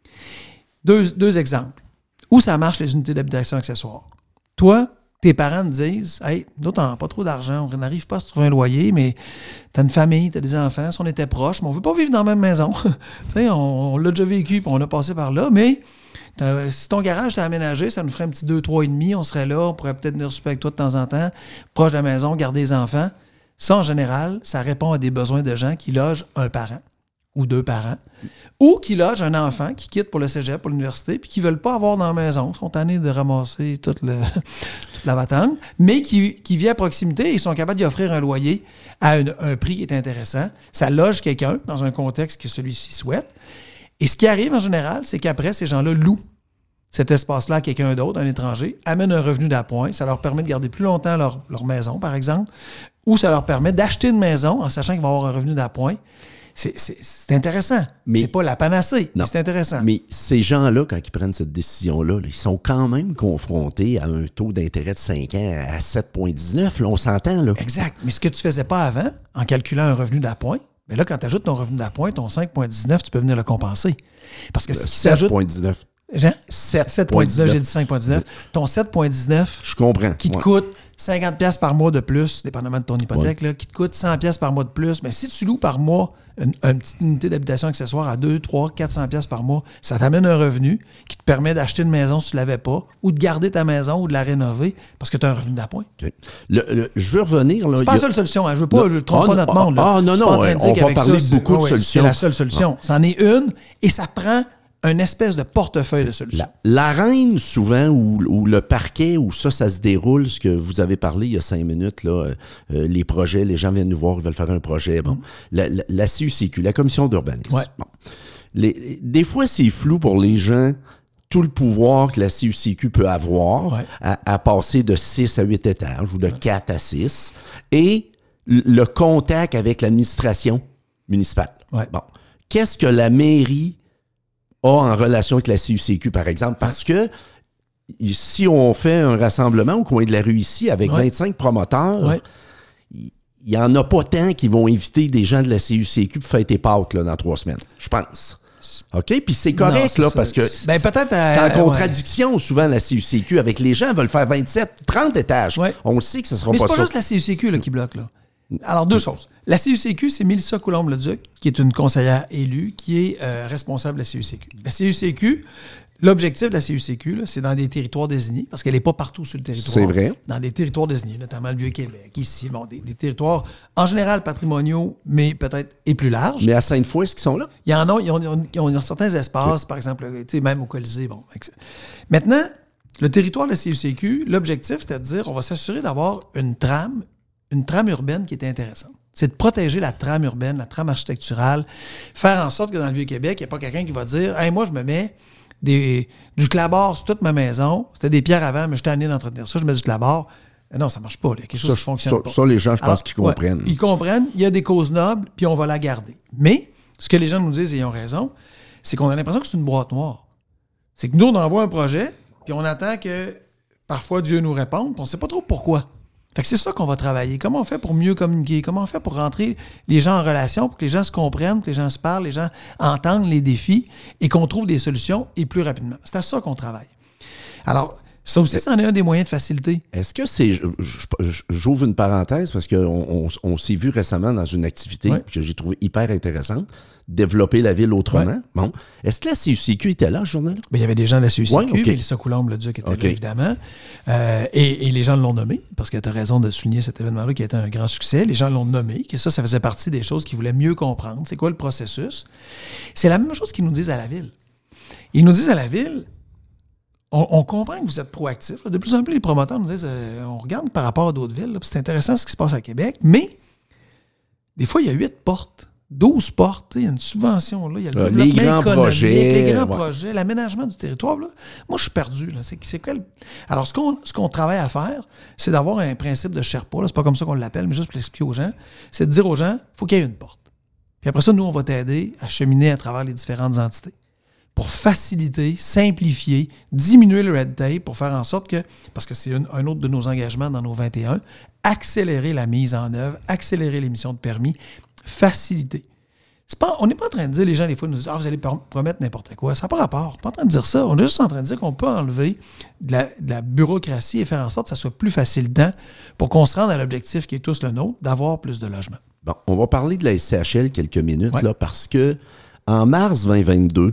B: deux, deux exemples. Où ça marche, les unités d'habitation accessoires? Toi, tes parents te disent « Hey, nous, on n'a pas trop d'argent, on n'arrive pas à se trouver un loyer, mais tu as une famille, tu as des enfants, si on était proches, mais on ne veut pas vivre dans la même maison. » Tu sais, on, on l'a déjà vécu, puis on a passé par là, mais t'as- si ton garage t'est aménagé, ça nous ferait un petit deux, trois et demi, on serait là, on pourrait peut-être venir souper avec toi de temps en temps, proche de la maison, garder les enfants. Ça, en général, ça répond à des besoins de gens qui logent un parent ou deux parents, ou qui logent un enfant qui quitte pour le cégep, pour l'université, puis qui ne veulent pas avoir dans la maison, sont tannés de ramasser toute, le, toute la batante, mais qui, qui vit à proximité et ils sont capables d'y offrir un loyer à une- un prix qui est intéressant. Ça loge quelqu'un dans un contexte que celui-ci souhaite. Et ce qui arrive en général, c'est qu'après, ces gens-là louent cet espace-là à quelqu'un d'autre, un étranger, amène un revenu d'appoint. Ça leur permet de garder plus longtemps leur, leur maison, par exemple, ou ça leur permet d'acheter une maison en sachant qu'ils vont avoir un revenu d'appoint. C'est, c'est, c'est intéressant.
A: Mais-
B: c'est pas la panacée,
A: Non.
B: mais c'est intéressant.
A: Mais ces gens-là, quand ils prennent cette décision-là, là, ils sont quand même confrontés à un taux d'intérêt de cinq ans à sept virgule dix-neuf. Là, on s'entend, là.
B: Exact. Mais ce que tu faisais pas avant, en calculant un revenu d'appoint, mais là, quand tu ajoutes ton revenu d'appoint, ton cinq virgule dix-neuf, tu peux venir le compenser. Parce que si tu
A: sept
B: ajoutes...
A: virgule dix-neuf.
B: Jean?
A: sept
B: sept virgule dix-neuf, j'ai dit cinq virgule dix-neuf. Ton sept virgule dix-neuf,
A: Je comprends.
B: qui te
A: Ouais.
B: coûte cinquante dollars par mois de plus, dépendamment de ton hypothèque, là, qui te coûte cent dollars par mois de plus, mais si tu loues par mois une, une petite unité d'habitation accessoire à deux, trois, quatre cents dollars par mois, ça t'amène un revenu qui te permet d'acheter une maison si tu ne l'avais pas, ou de garder ta maison ou de la rénover parce que tu as un revenu d'appoint.
A: OK. Le- le- je veux revenir. Là,
B: C'est pas
A: il
B: la
A: y a-
B: seule solution. Hein. Je veux pas,
A: Non.
B: je ne trompe
A: Ah,
B: pas
A: non,
B: notre monde. Là.
A: ah, non,
B: Je suis pas
A: non,
B: en train de
A: on
B: dire
A: va
B: qu'avec
A: parler
B: ça,
A: de
B: c'est-
A: beaucoup de
B: ah oui,
A: solutions.
B: C'est la seule solution. C'en est une et ça prend une espèce de portefeuille de solutions.
A: La, l'arène, souvent, où, où le parquet, où ça, ça se déroule, ce que vous avez parlé il y a cinq minutes, là, euh, euh, les projets, les gens viennent nous voir, ils veulent faire un projet. Bon. La, la, la C U C Q, la Commission d'urbanisme.
B: Ouais.
A: Bon. Les, des fois, c'est flou pour les gens, tout le pouvoir que la C U C Q peut avoir
B: Ouais.
A: à, à passer de six à huit étages ou de quatre à six, et le contact avec l'administration municipale.
B: Ouais.
A: Bon. Qu'est-ce que la mairie a en relation avec la C U C Q, par exemple? Parce que si on fait un rassemblement au coin de la rue ici avec
B: Ouais.
A: vingt-cinq promoteurs,
B: Ouais.
A: il n'y en a pas tant qui vont inviter des gens de la C U C Q pour faire tes pâtes là, dans trois semaines, je pense. OK? Puis c'est correct,
B: Non, c'est
A: là,
B: ça.
A: parce que
B: Ben, peut-être,
A: c'est
B: euh,
A: en contradiction, souvent, la C U C Q. Avec les gens, veulent faire vingt-sept, trente étages.
B: Ouais.
A: On le sait que ce ne sera
B: Mais
A: pas
B: c'est pas
A: ça.
B: juste la C U C Q là, qui bloque. Là. Alors, deux choses. La C U C Q, c'est Mélissa Coulombe-Leduc, qui est une conseillère élue, qui est euh, responsable de la C U C Q. La C U C Q, l'objectif de la C U C Q, là, c'est dans des territoires désignés, parce qu'elle n'est pas partout sur le territoire.
A: C'est vrai.
B: Dans des territoires désignés, notamment le Vieux-Québec, ici, bon, des, des territoires en général patrimoniaux, mais peut-être et plus larges.
A: Mais à Sainte-Foy, est-ce qu'ils sont là?
B: Il y en a, ils ont, ils ont- ils ont certains espaces, par exemple, tu sais, même au Colisée. Bon. Maintenant, le territoire de la C U C Q, l'objectif, c'était de dire on va s'assurer d'avoir une trame, une trame urbaine qui est intéressante. C'est de protéger la trame urbaine, la trame architecturale, faire en sorte que dans le Vieux-Québec, il n'y a pas quelqu'un qui va dire hey, moi, je me mets des, du clabard sur toute ma maison. C'était des pierres avant, mais je suis tanné d'entretenir ça, je mets du clabard. Non, ça ne marche pas. Il y a quelque chose
A: Ça,
B: qui fonctionne
A: ça,
B: pas.
A: ça, les gens, je pense
B: Alors,
A: qu'ils comprennent.
B: ouais, ils comprennent. Il y a des causes nobles, puis on va la garder. Mais ce que les gens nous disent, et ils ont raison, c'est qu'on a l'impression que c'est une boîte noire. C'est que nous, on envoie un projet, puis on attend que parfois Dieu nous réponde, puis on ne sait pas trop pourquoi. Fait que c'est ça qu'on va travailler. Comment on fait pour mieux communiquer? Comment on fait pour rentrer les gens en relation, pour que les gens se comprennent, que les gens se parlent, les gens entendent les défis et qu'on trouve des solutions et plus rapidement. C'est à ça qu'on travaille. Alors, Ça aussi, c'en est un des moyens de faciliter.
A: Est-ce que c'est... je- je- J'ouvre une parenthèse parce qu'on on, on s'est vu récemment dans une activité
B: Ouais.
A: que j'ai trouvée hyper intéressante, développer la ville autrement.
B: Ouais.
A: Bon. Est-ce que la C U C Q était là, ce journée-là?
B: Ben, il y avait des gens de la C U C Q,
A: Ouais, ok.
B: Mélissa Coulombe-Leduc était
A: Ok.
B: là, évidemment. Euh, et, et les gens l'ont nommé, parce que tu as raison de souligner cet événement-là qui a été un grand succès. Les gens l'ont nommé, que ça, ça faisait partie des choses qu'ils voulaient mieux comprendre. C'est quoi le processus? C'est la même chose qu'ils nous disent à la ville. Ils nous disent à la ville, on, on comprend que vous êtes proactifs. là. De plus en plus, les promoteurs nous disent, euh, on regarde par rapport à d'autres villes, là, puis c'est intéressant ce qui se passe à Québec, mais des fois, il y a huit portes. douze portes, il y a une subvention, là, il y a le
A: Euh,
B: développement
A: les grands
B: économique,
A: projets,
B: les grands
A: ouais.
B: projets, l'aménagement du territoire. Là. Moi, je suis perdu. Là. C'est, c'est quoi le... Alors, ce qu'on, ce qu'on travaille à faire, c'est d'avoir un principe de Sherpa. Là. C'est pas comme ça qu'on l'appelle, mais juste pour l'expliquer aux gens. C'est de dire aux gens, il faut qu'il y ait une porte. Puis après ça, nous, on va t'aider à cheminer à travers les différentes entités pour faciliter, simplifier, diminuer le red tape pour faire en sorte que, parce que c'est un, un autre de nos engagements dans nos vingt et un, accélérer la mise en œuvre, accélérer l'émission de permis, faciliter. C'est pas, on n'est pas en train de dire, les gens, des fois, nous disent « Ah, vous allez promettre n'importe quoi. » Ça n'a pas rapport. On n'est pas en train de dire ça. On est juste en train de dire qu'on peut enlever de la, de la bureaucratie et faire en sorte que ça soit plus facilitant pour qu'on se rende à l'objectif qui est tous le nôtre, d'avoir plus de logements.
A: Bon, on va parler de la S C H L quelques minutes,
B: Ouais.
A: là, parce que en mars vingt vingt-deux,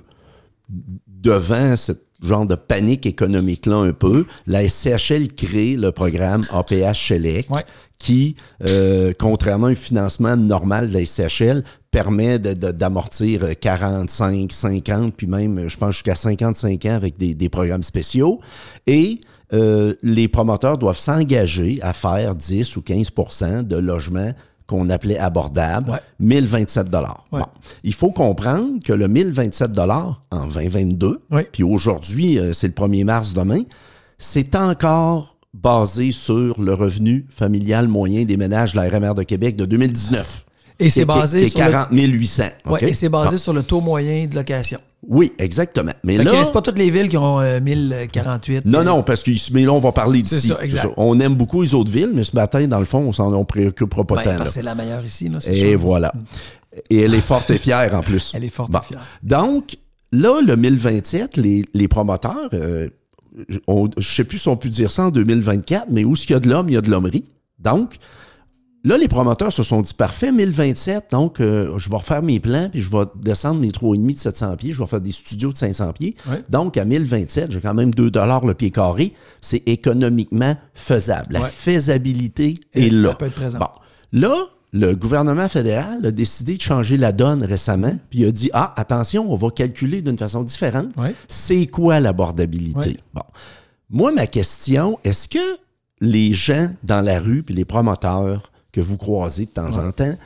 A: devant ce genre de panique économique-là un peu, la S C H L crée le programme A P H Select
B: Ouais.
A: qui, euh, contrairement à un financement normal de la S C H L, permet de, de, d'amortir quarante-cinq, cinquante, puis même, je pense, jusqu'à cinquante-cinq ans avec des, des programmes spéciaux. Et euh, les promoteurs doivent s'engager à faire dix ou quinze pour cent de logements qu'on appelait abordables,
B: Ouais.
A: mille vingt-sept dollars.
B: Ouais.
A: Bon. Il faut comprendre que le mille vingt-sept dollars en vingt vingt-deux,
B: Ouais.
A: puis aujourd'hui, euh, c'est le premier mars demain, c'est encore basé sur le revenu familial moyen des ménages de la R M R de Québec de deux mille dix-neuf.
B: Et c'est
A: Qui est-
B: basé
A: qui est
B: sur le-
A: quarante mille huit cents.
B: Ouais,
A: OK?
B: et c'est basé
A: Bon.
B: sur le taux moyen de location.
A: Oui, exactement. Mais
B: Fait
A: là,
B: que c'est pas toutes les villes qui ont euh, mille quarante-huit.
A: non,
B: euh,
A: non, parce que mais là, on va parler
B: C'est
A: d'ici.
B: ça, exact.
A: C'est ça. On aime beaucoup les autres villes, mais ce matin, dans le fond, on s'en on préoccupera pas
B: ben,
A: tant.
B: parce
A: là.
B: que c'est la meilleure ici. Là, c'est
A: Et
B: sûr.
A: voilà. Et elle est forte et fière en plus.
B: Elle est forte
A: Bon.
B: et fière.
A: Donc, là, le mille vingt-sept, les, les promoteurs, euh, on- je ne sais plus si on peut dire ça en deux mille vingt-quatre, mais où il y a de l'homme, il y a de l'hommerie. Donc, là, les promoteurs se sont dit, parfait, mille vingt-sept, donc euh, je vais refaire mes plans, puis je vais descendre mes trois virgule cinq de sept cents pieds, je vais faire des studios de cinq cents pieds.
B: Ouais.
A: Donc, à mille vingt-sept, j'ai quand même deux dollars le pied carré. C'est économiquement faisable. La
B: Ouais.
A: faisabilité
B: Et
A: est là.
B: elle peut être présente.
A: Bon. Là, le gouvernement fédéral a décidé de changer la donne récemment, puis il a dit, ah, attention, on va calculer d'une façon différente.
B: Ouais.
A: C'est quoi l'abordabilité?
B: Ouais.
A: Bon. Moi, ma question, est-ce que les gens dans la rue, puis les promoteurs que vous croisez de temps
B: Ouais.
A: en temps,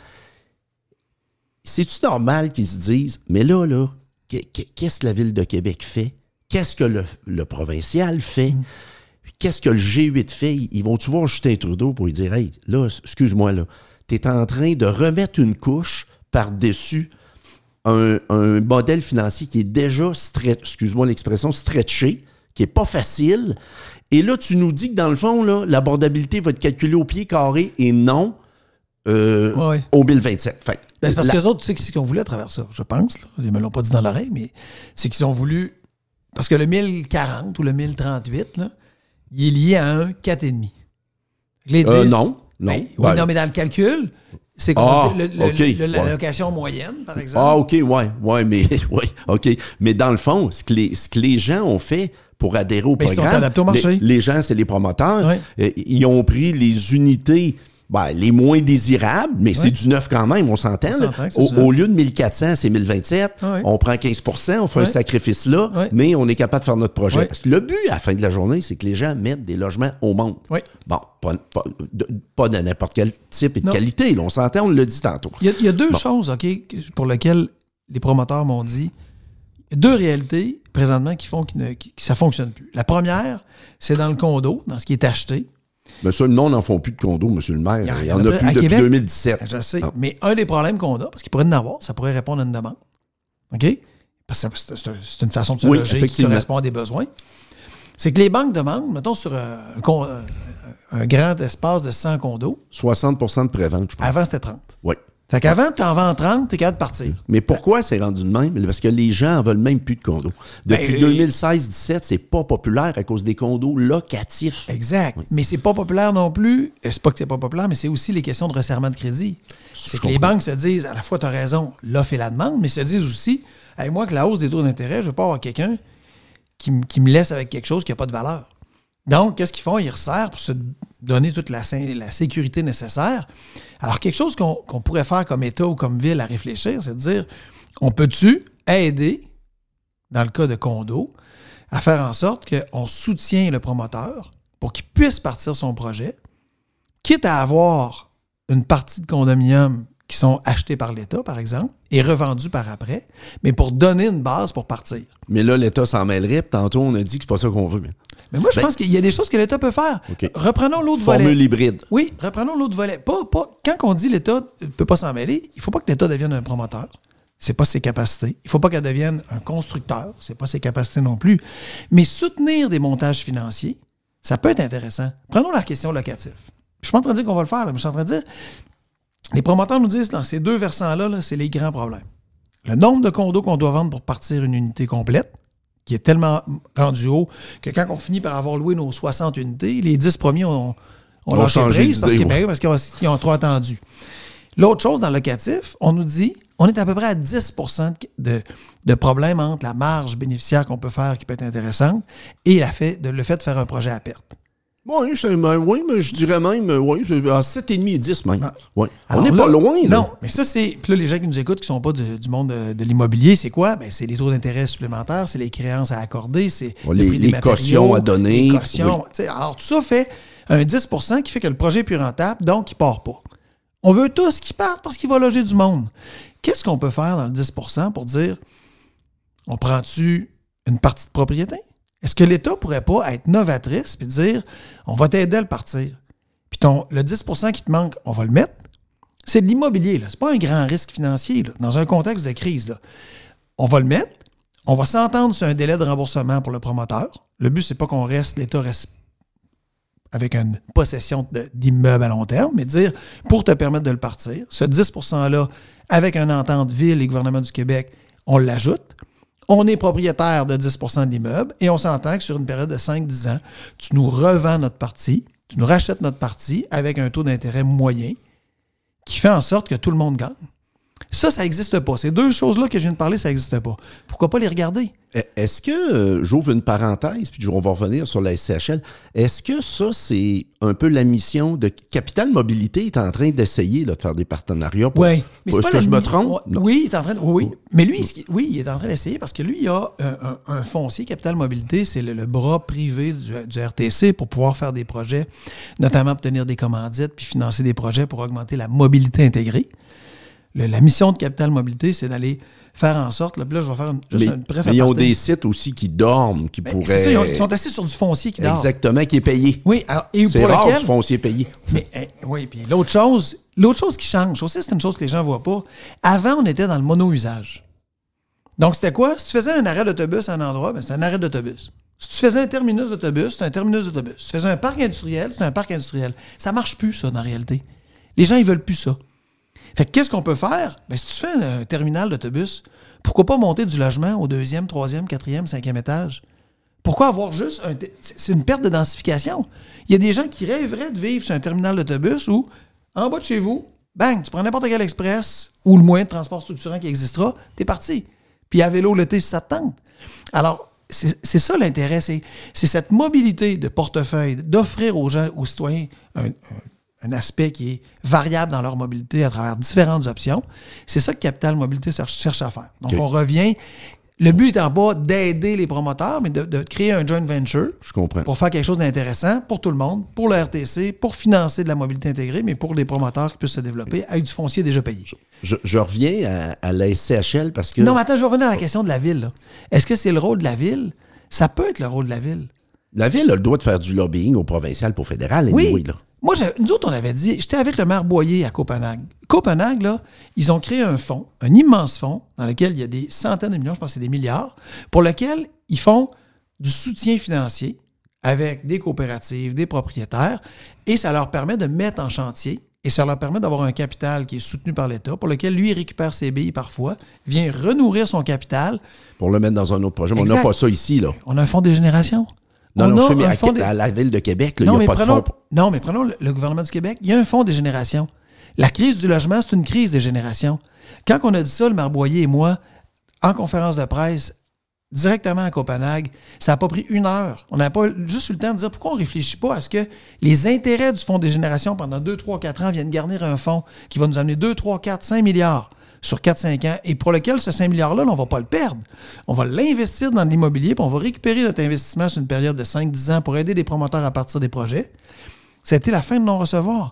A: c'est-tu normal qu'ils se disent, mais là, là, qu'est-ce que la Ville de Québec fait? Qu'est-ce que le, le provincial fait?
B: Mm.
A: Qu'est-ce que le G huit fait? Ils vont-tu voir Justin Trudeau pour lui dire, hey, là, excuse-moi, là, t'es en train de remettre une couche par-dessus un, un modèle financier qui est déjà, stretch, excuse-moi l'expression, stretché, qui est pas facile. Et là, tu nous dis que dans le fond, là, l'abordabilité va être calculée au pied carré et non euh,
B: Ouais, ouais.
A: au mille vingt-sept. Fait,
B: Ben, c'est parce
A: la-
B: que les autres, tu sais, ce qu'ils ont voulu à travers ça, je pense. Là. Ils me l'ont pas dit dans l'oreille, mais c'est qu'ils ont voulu. Parce que le mille quarante ou le mille trente-huit, là, il est lié à un quatre virgule cinq. Les
A: Euh,
B: dix,
A: non, non.
B: Ben, oui,
A: Ben-
B: non, mais dans le calcul, c'est qu'on
A: Ah,
B: dit le- le-
A: OK,
B: le- la
A: ouais.
B: location moyenne, par exemple.
A: Ah, OK, ouais, ouais, mais ouais, OK. Mais dans le fond, ce que les, ce que les gens ont fait pour adhérer au
B: Ben, ils sont
A: programme,
B: adaptés au marché.
A: Les, les gens, c'est les promoteurs,
B: Ouais.
A: euh, ils ont pris les unités ben, les moins désirables, mais c'est du neuf quand même, on s'entend.
B: On
A: là.
B: s'entend que c'est
A: Au,
B: du neuf.
A: au lieu de mille quatre cents, c'est mille vingt-sept.
B: Ouais.
A: On prend quinze pour cent, on fait un
B: Ouais.
A: sacrifice là,
B: Ouais.
A: mais on est capable de faire notre projet.
B: Ouais.
A: Parce que le but, à la fin de la journée, c'est que les gens mettent des logements au monde.
B: Ouais.
A: Bon, pas, pas, de, pas de n'importe quel type et de
B: Non.
A: qualité. Là, on s'entend, on l'a dit tantôt.
B: Il y a, il y a deux
A: Bon.
B: choses, OK, que- pour lesquelles les promoteurs m'ont dit. Il y a deux réalités, présentement, qui font que ça ne fonctionne plus. La première, c'est dans le condo, dans ce qui est acheté.
A: Mais ça, le monde n'en font plus de condos, monsieur le maire.
B: Il y en-
A: Il
B: il
A: y en a
B: à
A: plus depuis
B: Québec.
A: deux mille dix-sept.
B: Je sais.
A: Ah.
B: Mais un des problèmes qu'on a, parce qu'il pourrait en avoir, ça pourrait répondre à une demande. OK? Parce que c'est- c'est c'est une façon de se
A: Oui,
B: loger qui
A: effectivement.
B: correspond à des besoins. C'est que les banques demandent, mettons, sur un, un con- un- un grand espace de cent condos,
A: soixante pour cent de prévente, je pense.
B: avant c'était trente.
A: Oui.
B: Fait qu'avant, tu en vends trente, tu es capable de partir.
A: Mais pourquoi c'est rendu de même? Parce que les gens en veulent même plus de condos. Depuis
B: Ben,
A: deux mille seize dix-sept, c'est pas populaire à cause des condos locatifs.
B: Exact. Oui. Mais c'est pas populaire non plus. C'est pas que c'est pas populaire, mais c'est aussi les questions de resserrement de crédit. C'est Je que comprends. Les banques se disent, à la fois, tu as raison, l'offre et la demande, mais se disent aussi, hey, moi, que la hausse des taux d'intérêt, je veux pas avoir quelqu'un qui, m- qui me laisse avec quelque chose qui n'a pas de valeur. Donc, qu'est-ce qu'ils font? Ils resserrent pour se donner toute la, la sécurité nécessaire. Alors, quelque chose qu'on, qu'on pourrait faire comme État ou comme ville à réfléchir, c'est de dire, on peut-tu aider, dans le cas de condo, à faire en sorte qu'on soutient le promoteur pour qu'il puisse partir son projet, quitte à avoir une partie de condominium qui sont achetés par l'État, par exemple, et revendus par après, mais pour donner une base pour partir.
A: Mais là, l'État s'en mêlerait, puis tantôt, on a dit que c'est pas ça qu'on veut. Mais,
B: mais moi, je ben, pense qu'il y a des choses que l'État peut faire. Okay. Reprenons l'autre
A: Formule
B: volet.
A: Formule hybride.
B: Oui, reprenons l'autre volet. Pas, pas, quand on dit l'État ne peut pas s'en mêler, il ne faut pas que l'État devienne un promoteur. C'est pas ses capacités. Il ne faut pas qu'elle devienne un constructeur. C'est pas ses capacités non plus. Mais soutenir des montages financiers, ça peut être intéressant. Prenons la question locative. Je suis pas en train de dire qu'on va le faire, là, mais je suis en train de dire les promoteurs nous disent, dans ces deux versants-là, là, c'est les grands problèmes. Le nombre de condos qu'on doit vendre pour partir une unité complète, qui est tellement rendu haut que quand on finit par avoir loué nos soixante unités, les dix premiers ont, ont lâché prise parce, ouais. parce qu'ils ont trop attendu. L'autre chose, dans le locatif, on nous dit, on est à peu près à dix pour cent de, de problèmes entre la marge bénéficiaire qu'on peut faire, qui peut être intéressante, et la fait, de, le fait de faire un projet à perte.
A: Oui, oui, mais je dirais même, oui, à sept virgule cinq et dix même. Ah. Ouais.
B: Alors
A: on n'est pas loin, là.
B: Non, mais ça, c'est. Puis là, les gens qui nous écoutent, qui ne sont pas de, du monde de, de l'immobilier, c'est quoi? Ben, c'est les taux d'intérêt supplémentaires, c'est les créances à accorder, c'est
A: ouais,
B: le
A: les,
B: prix
A: les
B: des
A: cautions à donner.
B: Les cautions. Oui. Alors, tout ça fait un dix pour cent qui fait que le projet est plus rentable, donc il ne part pas. On veut tous qu'il parte parce qu'il va loger du monde. Qu'est-ce qu'on peut faire dans le dix pour cent pour dire, on prend-tu une partie de propriété? Est-ce que l'État ne pourrait pas être novatrice et dire, on va t'aider à le partir? Puis ton, le dix pour cent qui te manque, on va le mettre. C'est de l'immobilier, ce n'est pas un grand risque financier, là, dans un contexte de crise. Là. On va le mettre, on va s'entendre sur un délai de remboursement pour le promoteur. Le but, c'est pas qu'on reste, l'État reste avec une possession de, d'immeubles à long terme, mais dire, pour te permettre de le partir, ce dix pour cent-là, avec une entente ville et gouvernement du Québec, on l'ajoute. On est propriétaire de dix pour cent de l'immeuble et on s'entend que sur une période de cinq à dix ans, tu nous revends notre partie, tu nous rachètes notre partie avec un taux d'intérêt moyen qui fait en sorte que tout le monde gagne. Ça, ça n'existe pas. Ces deux choses-là que je viens de parler, ça n'existe pas. Pourquoi pas les regarder?
A: Est-ce que, euh, j'ouvre une parenthèse, puis on va revenir sur la S C H L, est-ce que ça, c'est un peu la mission de Capital Mobilité est en train d'essayer là, de faire des partenariats? Pour,
B: oui. Mais
A: pour, est-ce que je me trompe?
B: Ouais, oui, il est en train de, oui, oui. Mais lui, oui, il est en train d'essayer parce que lui, il a un, un, un foncier, Capital Mobilité, c'est le, le bras privé du, du R T C pour pouvoir faire des projets, notamment obtenir des commandites puis financer des projets pour augmenter la mobilité intégrée. Le, la mission de Capital Mobilité, c'est d'aller faire en sorte, là, là je vais faire une, juste
A: mais,
B: une bref
A: mais ils ont des sites aussi qui dorment, qui
B: ben,
A: pourraient...
B: C'est ça, ils, ont, ils sont assis sur du foncier qui dort.
A: Exactement, qui est payé.
B: Oui, alors, et
A: c'est
B: pour
A: rare
B: lequel,
A: du foncier payé.
B: Mais, eh, oui, puis l'autre chose, l'autre chose qui change, aussi, c'est une chose que les gens ne voient pas. Avant, on était dans le mono-usage. Donc, c'était quoi? Si tu faisais un arrêt d'autobus à un endroit, ben, c'est un arrêt d'autobus. Si tu faisais un terminus d'autobus, c'est un terminus d'autobus. Si tu faisais un parc industriel, c'est un parc industriel. Ça ne marche plus, ça, dans la réalité. Les gens, ils veulent plus ça. Fait que qu'est-ce qu'on peut faire? Bien, si tu fais un, un terminal d'autobus, pourquoi pas monter du logement au deuxième, troisième, quatrième, cinquième étage? Pourquoi avoir juste un... C'est une perte de densification. Il y a des gens qui rêveraient de vivre sur un terminal d'autobus où, en bas de chez vous, bang, tu prends n'importe quel express ou le moyen de transport structurant qui existera, t'es parti. Puis à vélo l'été, si ça te tente. Alors, c'est, c'est ça l'intérêt. C'est, c'est cette mobilité de portefeuille, d'offrir aux gens, aux citoyens, un... un un aspect qui est variable dans leur mobilité à travers différentes options. C'est ça que Capital Mobilité cherche à faire. Donc, okay. on revient... Le but étant pas d'aider les promoteurs, mais de, de créer un joint venture
A: Je comprends.
B: pour faire quelque chose d'intéressant pour tout le monde, pour le R T C, pour financer de la mobilité intégrée, mais pour les promoteurs qui puissent se développer avec du foncier déjà payé.
A: Je, je reviens à, à la S C H L parce que...
B: Non, mais attends, je vais revenir à la question de la ville. Là. Est-ce que c'est le rôle de la ville? Ça peut être le rôle de la ville.
A: La ville a le droit de faire du lobbying au provincial pour fédéral. Anyway,
B: oui.
A: Là.
B: Moi, nous autres, on avait dit, j'étais avec le maire Boyer à Copenhague. Copenhague, là, ils ont créé un fonds, un immense fonds, dans lequel il y a des centaines de millions, je pense que c'est des milliards, pour lequel ils font du soutien financier avec des coopératives, des propriétaires, et ça leur permet de mettre en chantier et ça leur permet d'avoir un capital qui est soutenu par l'État, pour lequel lui, il récupère ses billes parfois, vient renourrir son capital.
A: Pour le mettre dans un autre projet. Mais on n'a pas ça ici, là.
B: On a un fonds de génération.
A: Non,
B: on
A: non,
B: a
A: je sais, mais à,
B: de...
A: à la Ville de Québec, il
B: n'y
A: a pas
B: prenons,
A: de fonds.
B: Non, mais prenons le, le gouvernement du Québec. Il y a un fonds des générations. La crise du logement, c'est une crise des générations. Quand on a dit ça, le maire Boyer et moi, en conférence de presse, directement à Copenhague, ça n'a pas pris une heure. On n'a pas juste eu le temps de dire pourquoi on ne réfléchit pas à ce que les intérêts du fonds des générations pendant deux, trois, quatre ans viennent garnir un fonds qui va nous amener deux, trois, quatre, cinq milliards sur quatre, cinq ans et pour lequel ce cinq milliards-là, là, on ne va pas le perdre. On va l'investir dans l'immobilier puis on va récupérer notre investissement sur une période de cinq dix ans pour aider des promoteurs à partir des projets. C'était la fin de non-recevoir.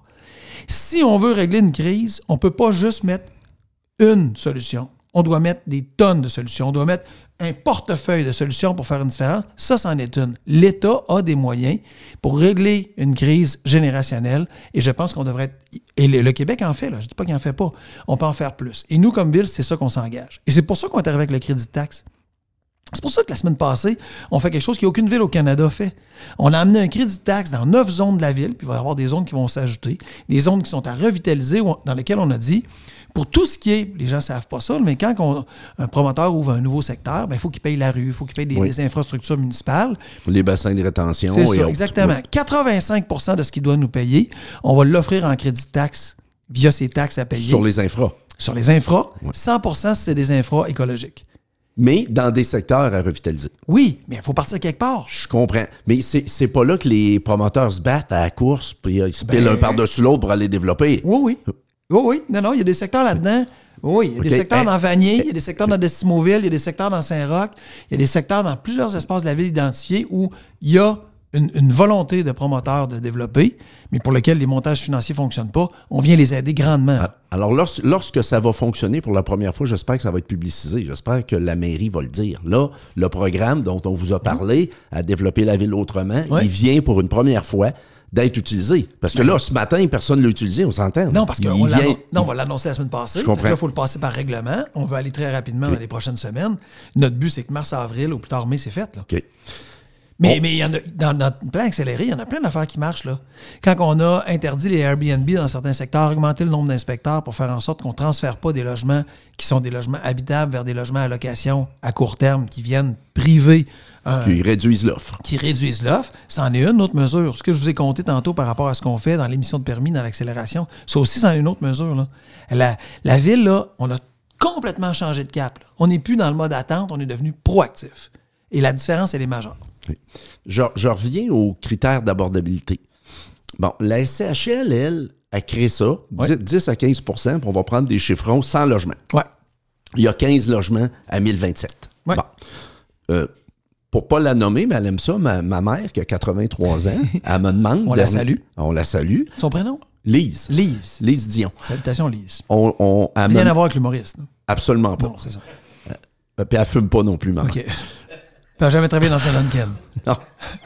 B: Si on veut régler une crise, on ne peut pas juste mettre une solution. On doit mettre des tonnes de solutions. On doit mettre un portefeuille de solutions pour faire une différence. Ça, c'en est une. L'État a des moyens pour régler une crise générationnelle et je pense qu'on devrait être... Et le, le Québec en fait, là. Je ne dis pas qu'il n'en fait pas. On peut en faire plus. Et nous, comme ville, c'est ça qu'on s'engage. Et c'est pour ça qu'on est arrivé avec le crédit de taxe. C'est pour ça que la semaine passée, on fait quelque chose qu'aucune ville au Canada fait. On a amené un crédit de taxe dans neuf zones de la ville, puis il va y avoir des zones qui vont s'ajouter, des zones qui sont à revitaliser, dans lesquelles on a dit... Pour tout ce qui est, les gens ne savent pas ça, mais quand on, un promoteur ouvre un nouveau secteur, ben, il faut qu'il paye la rue, il faut qu'il paye des, oui. des infrastructures municipales.
A: Les bassins de rétention.
B: C'est
A: et
B: ça,
A: autres.
B: exactement. Oui. quatre-vingt-cinq pour cent de ce qu'il doit nous payer, on va l'offrir en crédit de taxe via ses taxes à payer.
A: Sur les infras.
B: Sur les infras.
A: Oui.
B: cent pour cent si c'est des infras écologiques.
A: Mais dans des secteurs à revitaliser.
B: Oui, mais il faut partir quelque part.
A: Je comprends. Mais c'est, c'est pas là que les promoteurs se battent à la course, puis ils se ben... pilent un par-dessus l'autre pour aller développer.
B: Oui, oui. Oui, oui. Non, non, il y a des secteurs là-dedans... Oui, il y a okay. des secteurs dans Vanier, il y a des secteurs dans Destimoville, il y a des secteurs dans Saint-Roch, il y a des secteurs dans plusieurs espaces de la ville identifiés où il y a une, une volonté de promoteurs de développer, mais pour lesquels les montages financiers ne fonctionnent pas. On vient les aider grandement.
A: Alors, lors, lorsque ça va fonctionner pour la première fois, j'espère que ça va être publicisé. J'espère que la mairie va le dire. Là, le programme dont on vous a parlé, à développer la ville autrement, oui. il vient pour une première fois d'être utilisé. Parce que là, ce matin, personne ne l'a utilisé, on s'entend.
B: Non, parce qu'on vient... non, on va l'annoncer la semaine passée.
A: Je comprends.
B: Là, il faut le passer par règlement. On veut aller très rapidement oui. dans les prochaines semaines. Notre but, c'est que mars-avril, au plus tard mai, c'est fait. Là.
A: OK.
B: Mais,
A: bon.
B: mais il y en a, dans notre plan accéléré, il y en a plein d'affaires qui marchent. Là. Quand on a interdit les Airbnb dans certains secteurs, augmenté le nombre d'inspecteurs pour faire en sorte qu'on ne transfère pas des logements qui sont des logements habitables vers des logements à location à court terme qui viennent priver... Euh,
A: qui réduisent l'offre.
B: Qui réduisent l'offre. C'en est une autre mesure. Ce que je vous ai compté tantôt par rapport à ce qu'on fait dans l'émission de permis, dans l'accélération, ça aussi, c'en est une autre mesure. Là. La, la ville, là, on a complètement changé de cap. Là. On n'est plus dans le mode attente, on est devenu proactif. Et la différence, elle est majeure.
A: Oui. Je, je reviens aux critères d'abordabilité. Bon, la S C H L, elle, a créé ça, oui. dix à quinze pour cent, puis on va prendre des chiffrons sans logement.
B: Ouais.
A: Il y a quinze logements à mille vingt-sept.
B: Ouais.
A: Bon. Euh, Pour ne pas la nommer, mais elle aime ça, ma, ma mère qui a quatre-vingt-trois ans, elle me demande...
B: On la salue.
A: On la salue.
B: Son prénom?
A: Lise.
B: Lise.
A: Lise Dion.
B: Salutations, Lise.
A: On, on,
B: Rien me... à voir avec l'humoriste. Non?
A: Absolument pas.
B: Non, c'est ça.
A: Euh, puis elle fume pas non plus, maman.
B: OK. Puis elle n'a jamais travaillé dans un Duncan.
A: Non.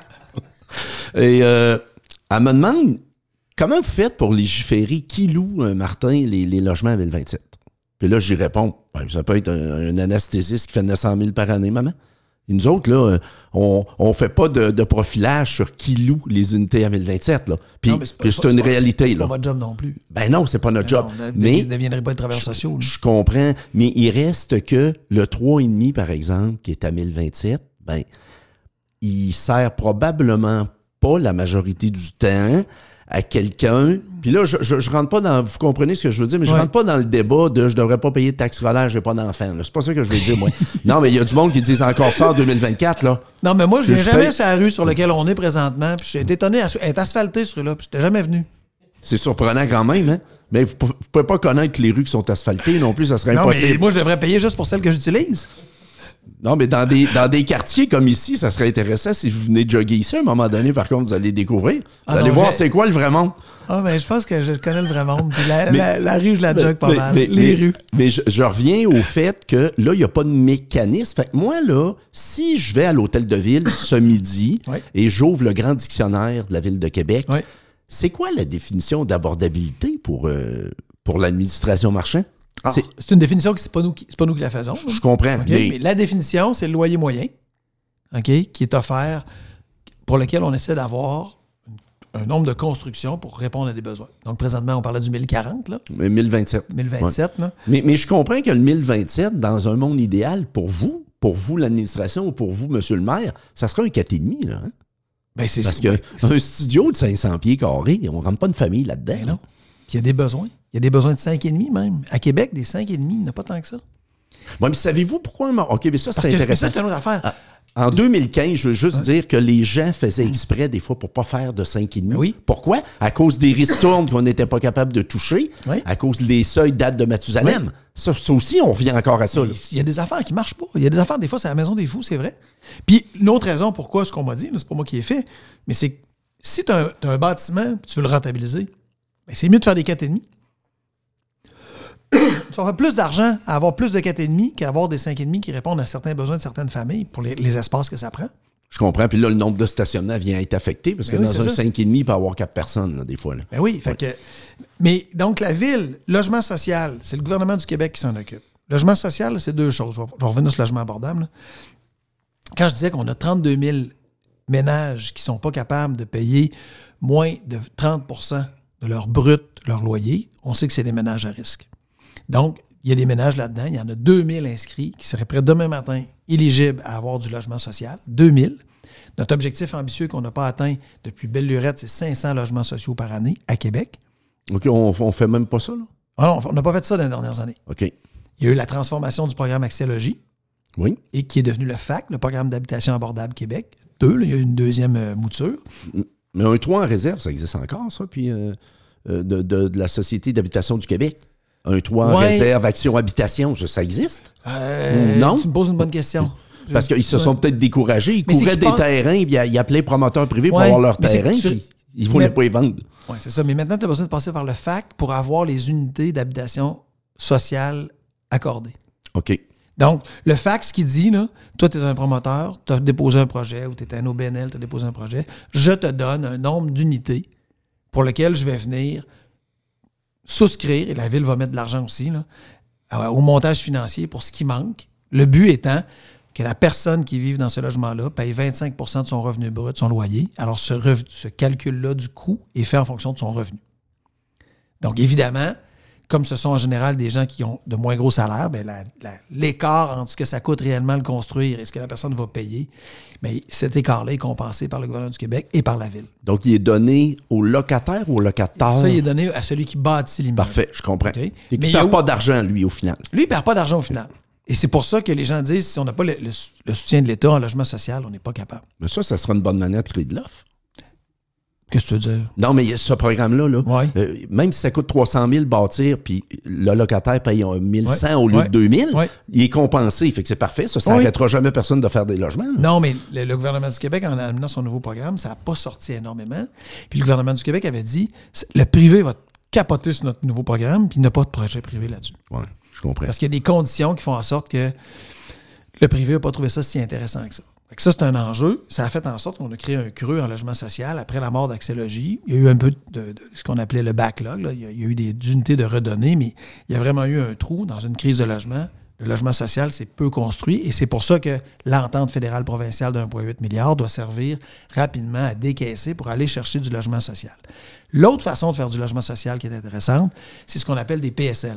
A: Et euh, elle me demande, comment vous faites pour légiférer? Qui loue, euh, Martin, les, les logements à mille vingt-sept? Puis là, j'y réponds, ben, ça peut être un, un anesthésiste qui fait neuf cent mille par année, maman. Et nous autres, là, on ne fait pas de, de profilage sur qui loue les unités à mille vingt-sept. Là. Puis, non, c'est, pas, puis c'est, c'est une pas, réalité.
B: C'est, c'est
A: là.
B: pas votre job non plus.
A: Ben non, c'est pas notre ben job.
B: Non,
A: mais
B: ils ne deviendraient pas de travailleurs sociaux.
A: Je, je comprends, mais il reste que le trois virgule cinq, par exemple, qui est à mille vingt-sept, ben, il sert probablement pas la majorité du temps à quelqu'un. Puis là, je, je, je rentre pas dans... Vous comprenez ce que je veux dire, mais je ouais. rentre pas dans le débat de je devrais pas payer de taxe scolaire, j'ai pas d'enfant. Là. C'est pas ça que je veux dire, moi. Non, mais il y a du monde qui dit encore ça en deux mille vingt-quatre, là.
B: Non, mais moi, je viens jamais
A: paye...
B: sur la rue sur laquelle on est présentement, puis j'ai été étonné, elle est asphaltée, ce rue-là, puis j'étais jamais venu.
A: C'est surprenant quand même, hein? Mais vous, vous pouvez pas connaître les rues qui sont asphaltées non plus, ça serait
B: non,
A: impossible.
B: Mais moi, je devrais payer juste pour celles que j'utilise.
A: Non, mais dans des, dans des quartiers comme ici, ça serait intéressant si vous venez jogger ici. À un moment donné, par contre, vous allez découvrir. Vous ah allez non, voir j'ai... c'est quoi le vrai monde.
B: Ah, mais je pense que je connais le vrai monde. Puis la, mais, la, la rue, je la jogue pas
A: mais,
B: mal.
A: Mais,
B: Les
A: mais,
B: rues.
A: Mais je, je reviens au fait que là, il n'y a pas de mécanisme. Fait que moi, là, si je vais à l'hôtel de ville ce midi
B: oui.
A: et j'ouvre le grand dictionnaire de la ville de Québec,
B: oui.
A: c'est quoi la définition d'abordabilité pour, euh, pour l'administration marchand?
B: Ah, c'est, c'est une définition que c'est pas nous qui, c'est pas nous qui la faisons.
A: Je, je comprends.
B: Okay? Mais... mais la définition, c'est le loyer moyen, okay, qui est offert, pour lequel on essaie d'avoir un nombre de constructions pour répondre à des besoins. Donc, présentement, on parlait du mille quarante, là.
A: mille vingt-sept.
B: mille vingt-sept,
A: ouais.
B: là.
A: Mais, mais je comprends que le mille vingt-sept, dans un monde idéal, pour vous, pour vous, l'administration, ou pour vous, monsieur le maire, ça serait un quatre virgule cinq, là. Hein?
B: Ben, c'est
A: Parce
B: qu'un
A: ouais, studio de cinq cents pieds carrés, on ne rentre pas une famille là-dedans.
B: Ben non. Puis il y a des besoins. Il y a des besoins de cinq virgule cinq même. À Québec, des cinq virgule cinq, il n'y en a pas tant que ça.
A: Oui, mais savez-vous pourquoi? OK, mais ça, c'est
B: Parce que,
A: intéressant.
B: ça, c'est une autre affaire.
A: Ah, en deux mille quinze, je veux juste
B: ouais.
A: dire que les gens faisaient exprès, des fois, pour ne pas faire de cinq virgule cinq.
B: Oui.
A: Pourquoi? À cause des ristournes qu'on n'était pas capable de toucher,
B: oui.
A: à cause des seuils dates de Mathusalem. Oui. Ça, ça aussi, on revient encore à ça. Là.
B: Il y a des affaires qui ne marchent pas. Il y a des affaires, des fois, c'est la maison des fous, c'est vrai. Puis, une autre raison pourquoi ce qu'on m'a dit, là, c'est pas moi qui ai fait, mais c'est que si tu as, as un bâtiment et tu veux le rentabiliser, ben c'est mieux de faire des quatre virgule cinq. Tu vas faire plus d'argent à avoir plus de quatre virgule cinq qu'à avoir des cinq virgule cinq qui répondent à certains besoins de certaines familles pour les, les espaces que ça prend.
A: Je comprends. Puis là, le nombre de stationnements vient être affecté parce ben que oui, dans un ça. cinq virgule cinq, il peut y avoir quatre personnes, là, des fois. Là.
B: Ben oui. Fait que, mais donc, la ville, logement social, c'est le gouvernement du Québec qui s'en occupe. Logement social, c'est deux choses. Je vais, je vais revenir sur le logement abordable. Là. Quand je disais qu'on a trente-deux mille ménages qui ne sont pas capables de payer moins de trente pour cent de leur brut, leur loyer, on sait que c'est des ménages à risque. Donc, il y a des ménages là-dedans. Il y en a deux mille inscrits qui seraient prêts demain matin, éligibles à avoir du logement social. deux mille. Notre objectif ambitieux qu'on n'a pas atteint depuis belle lurette, c'est cinq cents logements sociaux par année à Québec.
A: OK, on ne fait même pas ça, là?
B: Ah non, on n'a pas fait ça dans les dernières années.
A: OK.
B: Il y a eu la transformation du programme Accès Logis.
A: Oui.
B: Et qui est devenu le F A C, le programme d'habitation abordable Québec. Deux, là, il y a eu une deuxième euh, mouture.
A: Mais un toit en réserve, ça existe encore, ça, puis euh, de, de, de la Société d'habitation du Québec. Un toit en ouais. réserve, action, habitation, ça, ça existe?
B: Euh, non. Tu me poses une bonne question.
A: Parce qu'ils se sont peut-être découragés. Ils mais couraient des pense... terrains, puis ils appelaient les promoteurs privés pour ouais, avoir leur terrain, tu... puis ils ne voulaient pas les vendre.
B: Oui, c'est ça. Mais maintenant, tu as besoin de passer par le F A C pour avoir les unités d'habitation sociale accordées.
A: OK.
B: Donc, le F A C, ce qui dit, là, toi, tu es un promoteur, tu as déposé un projet, ou tu es un O B N L, tu as déposé un projet, je te donne un nombre d'unités pour lequel je vais venir souscrire, et la Ville va mettre de l'argent aussi, là, au montage financier pour ce qui manque. Le but étant que la personne qui vit dans ce logement-là paye vingt-cinq pour cent de son revenu brut, son loyer. Alors, ce, rev- ce calcul-là du coût est fait en fonction de son revenu. Donc, évidemment, comme ce sont en général des gens qui ont de moins gros salaires, bien, la, la, l'écart entre ce que ça coûte réellement le construire et ce que la personne va payer, bien, cet écart-là est compensé par le gouvernement du Québec et par la Ville.
A: Donc, il est donné au locataire ou au locataire?
B: Ça, il est donné à celui qui bâtit l'immeuble.
A: Parfait, je comprends. Okay? Et
B: Mais
A: il ne perd pas d'argent, lui, au final.
B: Lui, il ne perd pas d'argent au final. Et c'est pour ça que les gens disent, si on n'a pas le, le, le soutien de l'État en logement social, on n'est pas capable.
A: Mais ça, ça sera une bonne manière de créer de l'offre.
B: Qu'est-ce que tu veux dire?
A: Non, mais ce programme-là, là,
B: ouais.
A: euh, même si ça coûte trois cent mille bâtir, puis le locataire paye mille cent ouais. au lieu
B: ouais.
A: de deux mille,
B: ouais.
A: il est compensé. Fait que c'est parfait. Ça, ça n'arrêtera ouais. jamais personne de faire des logements. Là.
B: Non, mais le, le gouvernement du Québec, en amenant son nouveau programme, ça n'a pas sorti énormément. Puis le gouvernement du Québec avait dit, le privé va capoter sur notre nouveau programme, puis il n'y a pas de projet privé là-dessus.
A: Oui, je comprends.
B: Parce qu'il y a des conditions qui font en sorte que le privé n'a pas trouvé ça si intéressant que ça. Fait que ça, c'est un enjeu. Ça a fait en sorte qu'on a créé un creux en logement social après la mort d'Accès Logis. Il y a eu un peu de, de ce qu'on appelait le backlog. Là. Il, y a, il y a eu des, des unités de redonnées, mais il y a vraiment eu un trou dans une crise de logement. Le logement social, c'est peu construit et c'est pour ça que l'entente fédérale provinciale de un virgule huit milliard doit servir rapidement à décaisser pour aller chercher du logement social. L'autre façon de faire du logement social qui est intéressante, c'est ce qu'on appelle des P S L.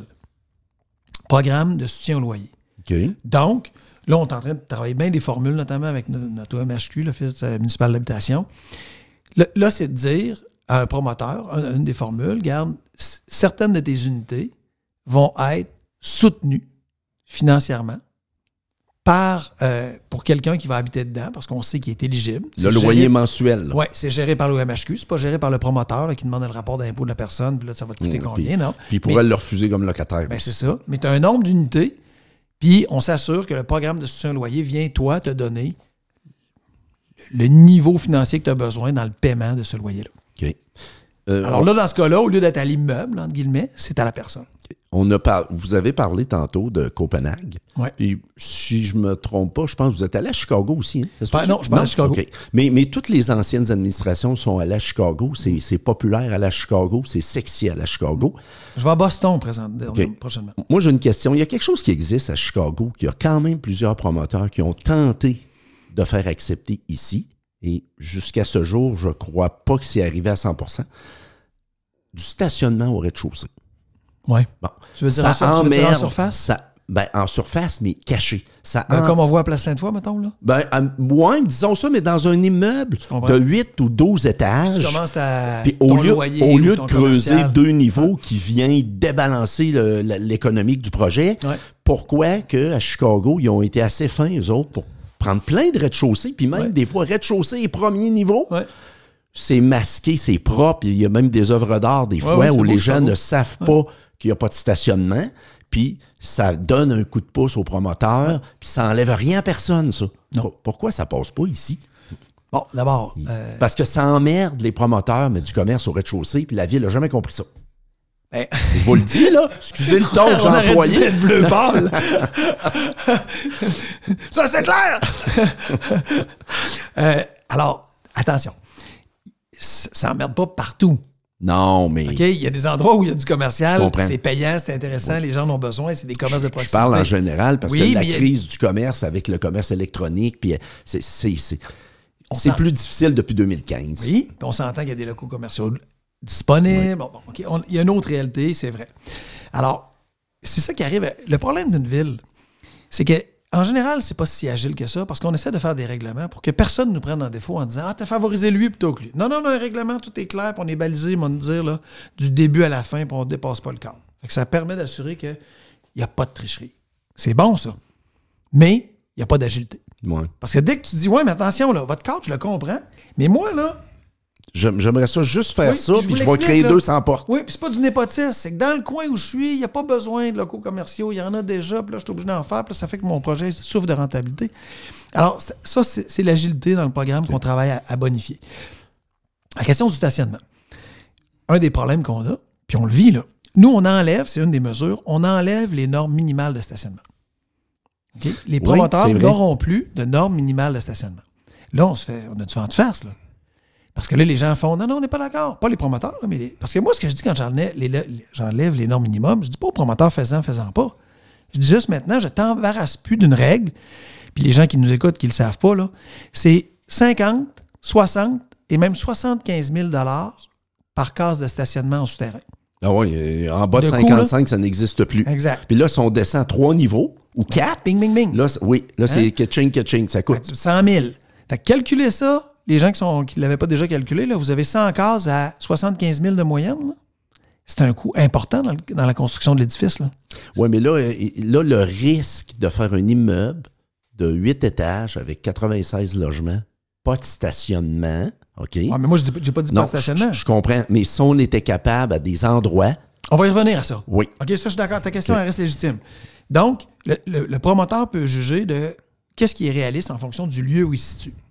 B: Programme de soutien au loyer.
A: Okay.
B: Donc, là, on est en train de travailler bien des formules, notamment avec notre O M H Q, l'Office municipal d'habitation. Là, là, c'est de dire à un promoteur, une des formules, regarde, certaines de tes unités vont être soutenues financièrement par, euh, pour quelqu'un qui va habiter dedans, parce qu'on sait qu'il est éligible.
A: Le loyer mensuel.
B: Oui, c'est géré par l'O M H Q. C'est pas géré par le promoteur là, qui demande le rapport d'impôt de la personne, puis là, ça va te coûter mmh, combien,
A: puis,
B: non?
A: Puis il pourrait Mais, le refuser comme locataire.
B: Ben, c'est ça. Mais tu as un nombre d'unités, puis on s'assure que le programme de soutien au loyer vient, toi, te donner le niveau financier que tu as besoin dans le paiement de ce loyer-là.
A: OK. Euh,
B: Alors là, dans ce cas-là, au lieu d'être à l'immeuble, entre guillemets, c'est à la personne.
A: On a par... Vous avez parlé tantôt de Copenhague.
B: Oui.
A: Puis, si je ne me trompe pas, je pense que vous êtes allé à Chicago aussi. Hein? Ça se
B: pas, non, je suis pas à Chicago.
A: Okay. Mais, mais toutes les anciennes administrations sont allées à Chicago. C'est, c'est populaire à la Chicago. C'est sexy à la Chicago.
B: Je vais à Boston présent, okay. prochainement.
A: Moi, j'ai une question. Il y a quelque chose qui existe à Chicago, qu'il y a quand même plusieurs promoteurs qui ont tenté de faire accepter ici. et jusqu'à ce jour, je ne crois pas que c'est arrivé à cent pour cent, du stationnement au rez-de-chaussée.
B: Oui.
A: Bon.
B: Tu veux dire,
A: ça
B: en, tu veux dire en
A: emmerde,
B: surface?
A: Ça, ben, en surface, mais caché. Ça
B: Ben,
A: en...
B: Comme on voit à Place Sainte-Foy, mettons, là.
A: Ben, ouais, disons ça, mais dans un immeuble de huit ou douze étages.
B: Tu commences à
A: Puis
B: ton
A: au lieu,
B: loyer
A: au lieu
B: ou
A: de
B: ton
A: creuser
B: commercial.
A: deux niveaux qui viennent débalancer le- l'économique du projet,
B: Ouais.
A: pourquoi qu'à Chicago, ils ont été assez fins, eux autres, pour prendre plein de rez-de-chaussée, puis même
B: Ouais.
A: des fois rez-de-chaussée et premier niveau,
B: Ouais.
A: c'est masqué, c'est propre. Il y a même des œuvres d'art, des fois,
B: ouais, c'est
A: où
B: beau,
A: les
B: c'est
A: gens
B: beau.
A: ne savent pas qu'il n'y a pas de stationnement. Puis ça donne un coup de pouce au promoteur, puis ça n'enlève rien à personne, ça.
B: Non.
A: Pourquoi ça passe pas ici?
B: Bon, d'abord, euh,
A: Parce que ça emmerde les promoteurs, mais du commerce au rez-de-chaussée, puis la ville n'a jamais compris ça.
B: ben,
A: Je vous le dis, là, excusez le ton que j'ai
B: on aurait dû
A: employé.
B: mettre bleu pâle. Ça, c'est clair! Euh, alors, attention. C- Ça n'emmerde pas partout.
A: Non, mais
B: OK? Il y a des endroits où il y a du commercial,
A: Je comprends.
B: c'est payant, c'est intéressant, les gens en ont besoin, c'est des commerces de
A: je
B: proximité.
A: parle en général parce
B: Oui,
A: que la
B: mais il y a-
A: crise du commerce avec le commerce électronique, puis c'est, c'est, c'est,
B: On
A: c'est
B: sent-
A: plus difficile depuis deux mille quinze.
B: Oui, puis on s'entend qu'il y a des locaux commerciaux disponibles. Bon, bon, OK, on- il y a une autre réalité, c'est vrai. Alors, c'est ça qui arrive. Le problème d'une ville, c'est que en général, c'est pas si agile que ça parce qu'on essaie de faire des règlements pour que personne nous prenne en défaut en disant « Ah, t'as favorisé lui plutôt que lui. » Non, non, non, un règlement, tout est clair, puis on est balisé, on va nous dire, là, du début à la fin, puis on dépasse pas le cadre. Fait que ça permet d'assurer qu'il n'y a pas de tricherie. C'est bon, ça. Mais il n'y a pas d'agilité.
A: Ouais.
B: Parce que dès que tu dis « Ouais, mais attention, là, votre cadre, je le comprends, mais moi, là,
A: J'aime- J'aimerais ça juste faire
B: Oui,
A: ça,
B: je
A: puis
B: vous
A: je vais
B: l'explique,
A: créer
B: là.
A: deux cents portes.
B: oui, puis c'est pas du népotisme, c'est que dans le coin où je suis, il n'y a pas besoin de locaux commerciaux, il y en a déjà, puis là, je suis obligé d'en faire, puis là, ça fait que mon projet souffre de rentabilité. Alors, c'est- ça, c'est c'est l'agilité dans le programme qu'on travaille à, à bonifier. La question du stationnement. Un des problèmes qu'on a, puis on le vit, là, nous, on enlève, c'est une des mesures, on enlève les normes minimales de stationnement. OK? Les promoteurs
A: c'est vrai.
B: n'auront plus de normes minimales de stationnement. Là, on se fait, on a du vent de face, là. Parce que là, les gens font « Non, non, on n'est pas d'accord. » Pas les promoteurs, là, mais les... Parce que moi, ce que je dis quand j'enlève les, les- j'enlève les normes minimum, je dis pas aux promoteurs « Fais-en, fais-en pas. » Je dis juste maintenant, je t'embarrasse plus d'une règle. Puis les gens qui nous écoutent, qui ne le savent pas, là, c'est cinquante, soixante et même soixante-quinze mille dollars par case de stationnement en souterrain.
A: Ah oui, en bas de,
B: De coup,
A: cinquante-cinq, ça n'existe plus.
B: Exact.
A: Puis là, si on descend à trois niveaux ou quatre,
B: Bing, bing, bing.
A: là, c'est- oui, là, c'est catching, catching, ça
B: Fait
A: coûte.
B: que cent mille. Fait que calculez ça. Les gens qui ne qui l'avaient pas déjà calculé, là, vous avez cent cases à soixante-quinze mille de moyenne. Là. C'est un coût important dans, le- dans la construction de l'édifice. Là.
A: Oui, mais là, euh, là, le risque de faire un immeuble de huit étages avec quatre-vingt-seize logements, pas de stationnement, OK?
B: Ah, mais moi, je n'ai pas dit pas
A: Non,
B: de stationnement.
A: je, je comprends, mais si on était capable à des endroits,
B: On va y revenir à ça.
A: oui.
B: OK, ça, je suis d'accord. Ta question, elle reste légitime. Donc, le, le- le promoteur peut juger de qu'est-ce qui est réaliste en fonction du lieu où il se situe.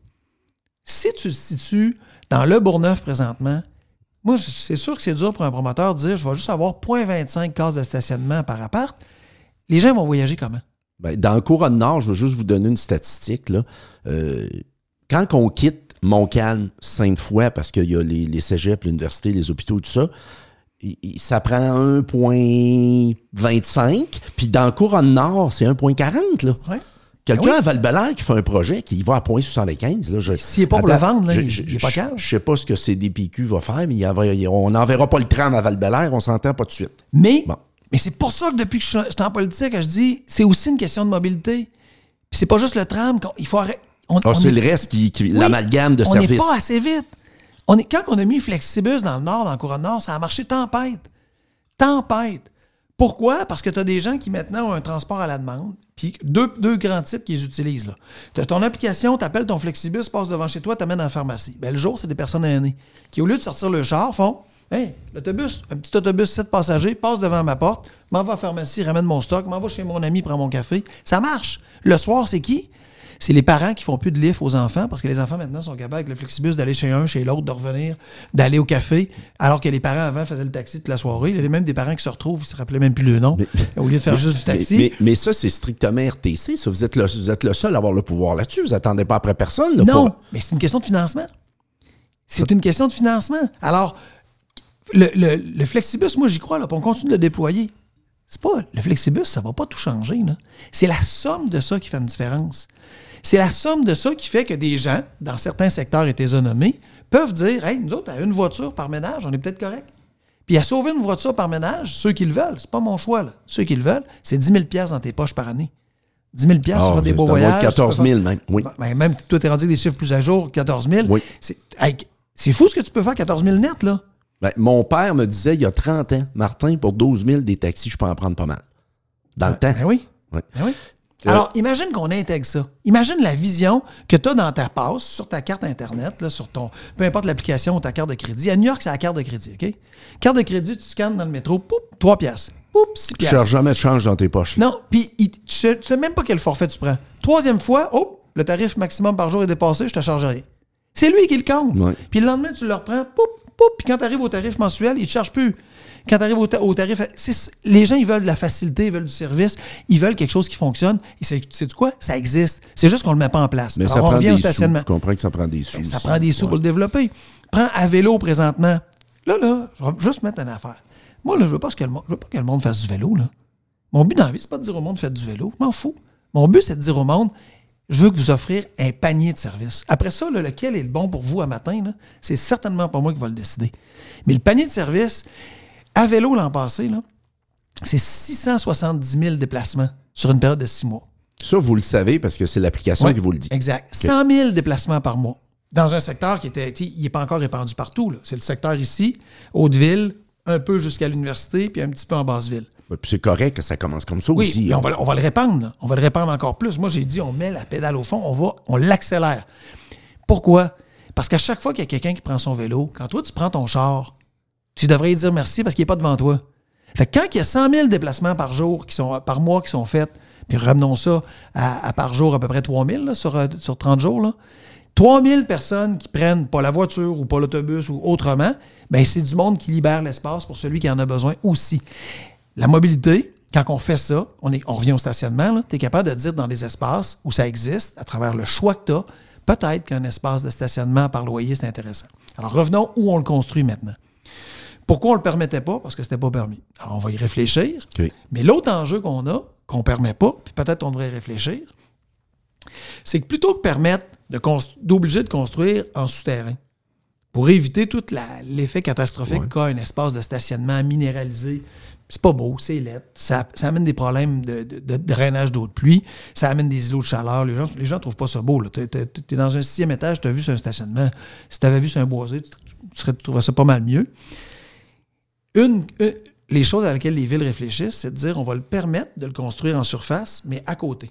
B: Si tu te situes dans le Bourgneuf présentement, moi, je- c'est sûr que c'est dur pour un promoteur de dire je vais juste avoir zéro virgule vingt-cinq cases de stationnement par appart. Les gens vont voyager comment?
A: Ben, dans le Couronne Nord, je veux juste vous donner une statistique. Là. Euh, quand on quitte Montcalm, Sainte-Foy, parce qu'il y a les, les cégeps, l'université, les hôpitaux, tout ça, il- il- ça prend un virgule vingt-cinq. Puis dans le Couronne Nord, c'est un virgule quarante. Là.
B: Ouais.
A: Quelqu'un
B: Ben oui.
A: à Val-Bélair qui fait un projet qui va à zéro virgule soixante-quinze. Là, je,
B: S'il n'est pas pour le vendre, là, il- il est pas calme.
A: Je sais pas ce que C D P Q va faire, mais il y avait- il- on n'enverra pas le tram à Val-Bélair, on s'entend pas de suite.
B: Mais,
A: Bon.
B: mais c'est pour ça que depuis que je suis je suis en politique, je dis c'est aussi une question de mobilité. Puis c'est pas juste le tram. qu'on- Il faut arrêter. On,
A: Ah,
B: on
A: c'est
B: est-
A: le reste, qui, qui-
B: Oui,
A: l'amalgame de
B: on n'est
A: services.
B: pas assez vite. On est, quand on a mis Flexibus dans le Nord, dans le Couronne Nord, ça a marché tempête. Tempête. Pourquoi? Parce que tu as des gens qui maintenant ont un transport à la demande, puis deux, deux grands types qui les utilisent. Tu as ton application, tu appelles ton Flexibus, passe devant chez toi, t'amènes en pharmacie. Ben, le jour, c'est des personnes aînées qui, au lieu de sortir le char, font Hey, l'autobus, un petit autobus, sept passagers, passe devant ma porte, m'en va à la pharmacie, ramène mon stock, m'en va chez mon ami, prends mon café. Ça marche. Le soir, c'est qui? C'est les parents qui font plus de lift aux enfants parce que les enfants maintenant sont capables avec le Flexibus d'aller chez un, chez l'autre, de revenir, d'aller au café, alors que les parents avant faisaient le taxi toute la soirée. Il y avait même des parents qui se retrouvent, ils se rappelaient même plus le nom,
A: Mais-
B: au lieu de faire juste du taxi.
A: Mais, mais, mais ça, c'est strictement R T C. Ça. Vous, êtes le, vous êtes le seul à avoir le pouvoir là-dessus. Vous n'attendez pas après personne. Là,
B: non,
A: pour-
B: mais c'est une question de financement. C'est une question de financement. Alors, le, le, le Flexibus, moi, j'y crois, là, puis on continue de le déployer. C'est pas, le Flexibus, ça va pas tout changer. Là. C'est la somme de ça qui fait une différence. C'est la somme de ça qui fait que des gens, dans certains secteurs et tes nommés, peuvent dire « Hey, nous autres, à une voiture par ménage, on est peut-être correct. » Puis à sauver une voiture par ménage, ceux qui le veulent, c'est pas mon choix, là. Ceux qui le veulent, c'est dix mille dollars dans tes poches par année. dix mille dollars
A: oh,
B: sur des beaux voyages.
A: quatorze mille même, oui.
B: Ben, même toi, t'es rendu des chiffres plus à jour, quatorze mille.
A: Oui.
B: C'est, hey, c'est fou ce que tu peux faire, quatorze mille net, là.
A: Ben, mon père me disait il y a trente ans, Martin, pour douze mille des taxis, je peux en prendre pas mal. Dans le
B: ben,
A: temps.
B: Ben oui.
A: Ouais.
B: Ben oui. Alors, imagine qu'on intègre ça. Imagine la vision que tu as dans ta passe, sur ta carte Internet, là, sur ton, peu importe l'application ou ta carte de crédit. À New York, c'est la carte de crédit, OK? Carte de crédit, tu scannes dans le métro, poup, trois piastres. Poup, six
A: Tu
B: piastres.
A: ne cherches jamais de change dans tes poches.
B: Non, puis tu ne sais même pas quel forfait tu prends. Troisième fois, oh, le tarif maximum par jour est dépassé, je te charge rien. C'est lui qui le compte.
A: Ouais.
B: Puis le lendemain, tu le reprends, poup, poup, puis quand tu arrives au tarif mensuel, il ne te charge plus. Quand tu arrives au, ta- au tarif... C'est, les gens, ils veulent de la facilité, ils veulent du service, ils veulent quelque chose qui fonctionne. Et c'est, c'est du quoi? Ça existe. C'est juste qu'on ne le met pas en place.
A: Mais
B: Alors,
A: ça
B: on
A: prend
B: revient
A: des
B: au
A: sous.
B: stationnement.
A: Je comprends que ça prend des sous.
B: Ben, ça
A: aussi.
B: prend des sous
A: Ouais.
B: pour le développer. Prends à vélo présentement. Là, là, je vais juste mettre une affaire. Moi, là, je veux pas que le monde, je veux pas que le monde fasse du vélo, là. Mon but dans la vie, c'est pas de dire au monde faites du vélo. Je m'en fous. Mon but, c'est de dire au monde, je veux que vous offrir un panier de services. Après ça, là, lequel est le bon pour vous à matin, là, c'est certainement pas moi qui va le décider. Mais le panier de services, à vélo l'an passé, là, c'est six cent soixante-dix mille déplacements sur une période de six mois.
A: Ça, vous le savez parce que c'est l'application
B: Ouais,
A: qui vous le dit.
B: Exact. cent mille déplacements par mois. Dans un secteur qui était, il n'est pas encore répandu partout, là. C'est le secteur ici, Haute-Ville, un peu jusqu'à l'université, puis un petit peu en Basse-Ville.
A: Ouais, puis c'est correct que ça commence comme ça
B: Oui,
A: aussi.
B: puis on va, on va le répandre. Là. On va le répandre encore plus. Moi, j'ai dit, on met la pédale au fond, on va, on l'accélère. Pourquoi? Parce qu'à chaque fois qu'il y a quelqu'un qui prend son vélo, quand toi, tu prends ton char, tu devrais lui dire merci parce qu'il n'est pas devant toi. Fait que quand il y a cent mille déplacements par jour, qui sont, par mois qui sont faits, puis ramenons ça à, à par jour à peu près trois mille là, sur, sur trente jours, là, trois mille personnes qui prennent pas la voiture ou pas l'autobus ou autrement, bien, c'est du monde qui libère l'espace pour celui qui en a besoin aussi. La mobilité, quand on fait ça, on, est, on revient au stationnement, tu es capable de dire dans les espaces où ça existe, à travers le choix que tu as, peut-être qu'un espace de stationnement par loyer, c'est intéressant. Alors, revenons où on le construit maintenant. Pourquoi on ne le permettait pas? Parce que ce n'était pas permis. Alors, on va y réfléchir.
A: Okay.
B: Mais l'autre enjeu qu'on a, qu'on ne permet pas, puis peut-être on devrait y réfléchir, c'est que plutôt que permettre de const- d'obliger de construire en souterrain, pour éviter tout la, l'effet catastrophique
A: ouais.
B: qu'a un espace de stationnement minéralisé, c'est pas beau, c'est laid, ça, ça amène des problèmes de, de, de drainage d'eau de pluie, ça amène des îlots de chaleur, les gens les gens trouvent pas ça beau. Tu es dans un sixième étage, tu as vu sur un stationnement, si tu avais vu sur un boisé, tu, tu, serais, tu trouverais ça pas mal mieux. Une, une, les choses à laquelle les villes réfléchissent, c'est de dire on va le permettre de le construire en surface, mais à côté.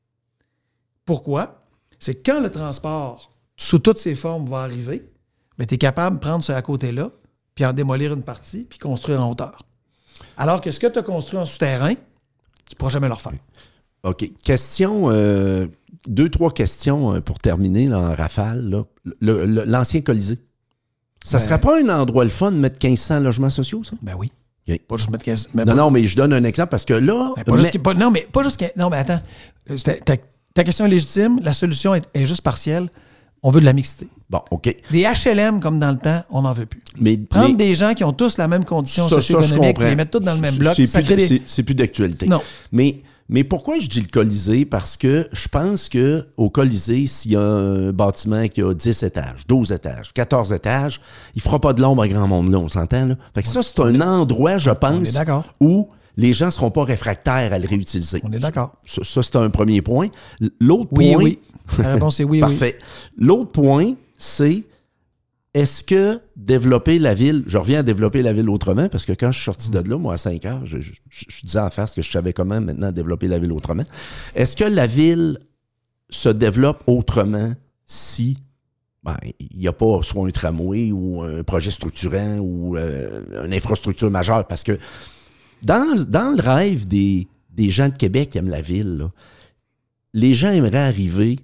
B: Pourquoi? C'est que quand le transport, sous toutes ses formes, va arriver, ben, tu es capable de prendre ce à côté-là, puis en démolir une partie, puis construire en hauteur. Alors que ce que tu as construit en souterrain, tu ne pourras jamais le refaire.
A: OK. Question, euh, deux, trois questions euh, pour terminer là, en rafale. Là. Le, le, l'ancien Colisée. Ça ne ben, serait pas un endroit le fun de mettre quinze cents logements sociaux, ça?
B: Ben oui.
A: Okay.
B: Pas juste mettre quinze... Mais
A: non,
B: pas...
A: non, mais je donne un exemple parce que là...
B: Ben, pas mais... Juste... Pas... Non, mais pas juste... Non, mais attends. Ta, ta question est légitime. La solution est, est juste partielle. On veut de la mixité.
A: Bon, OK.
B: Des H L M, comme dans le temps, on n'en veut plus. Mais, Prendre mais... des gens qui ont tous la même condition socio-économique, les mettre tous dans le même bloc,
A: c'est,
B: ça
A: plus,
B: des...
A: c'est, c'est plus d'actualité.
B: Non.
A: Mais, mais pourquoi je dis le Colisée? Parce que je pense qu'au Colisée, s'il y a un bâtiment qui a dix étages, douze étages, quatorze étages, il ne fera pas de l'ombre à grand monde, là, on s'entend? Là? Fait que ouais, ça, c'est un endroit, je pense, où les gens ne seront pas réfractaires à le réutiliser.
B: On est d'accord.
A: Ça, ça c'est un premier point. L'autre
B: oui,
A: point...
B: Oui, oui. La réponse est oui,
A: Parfait.
B: oui.
A: L'autre point, c'est est-ce que développer la ville, je reviens à développer la ville autrement, parce que quand je suis sorti de là, moi, à cinq heures, je, je, je disais en face que je savais comment maintenant développer la ville autrement. Est-ce que la ville se développe autrement si ben, il n'y a pas soit un tramway ou un projet structurant ou euh, une infrastructure majeure? Parce que dans, dans le rêve des, des gens de Québec qui aiment la ville, là, les gens aimeraient arriver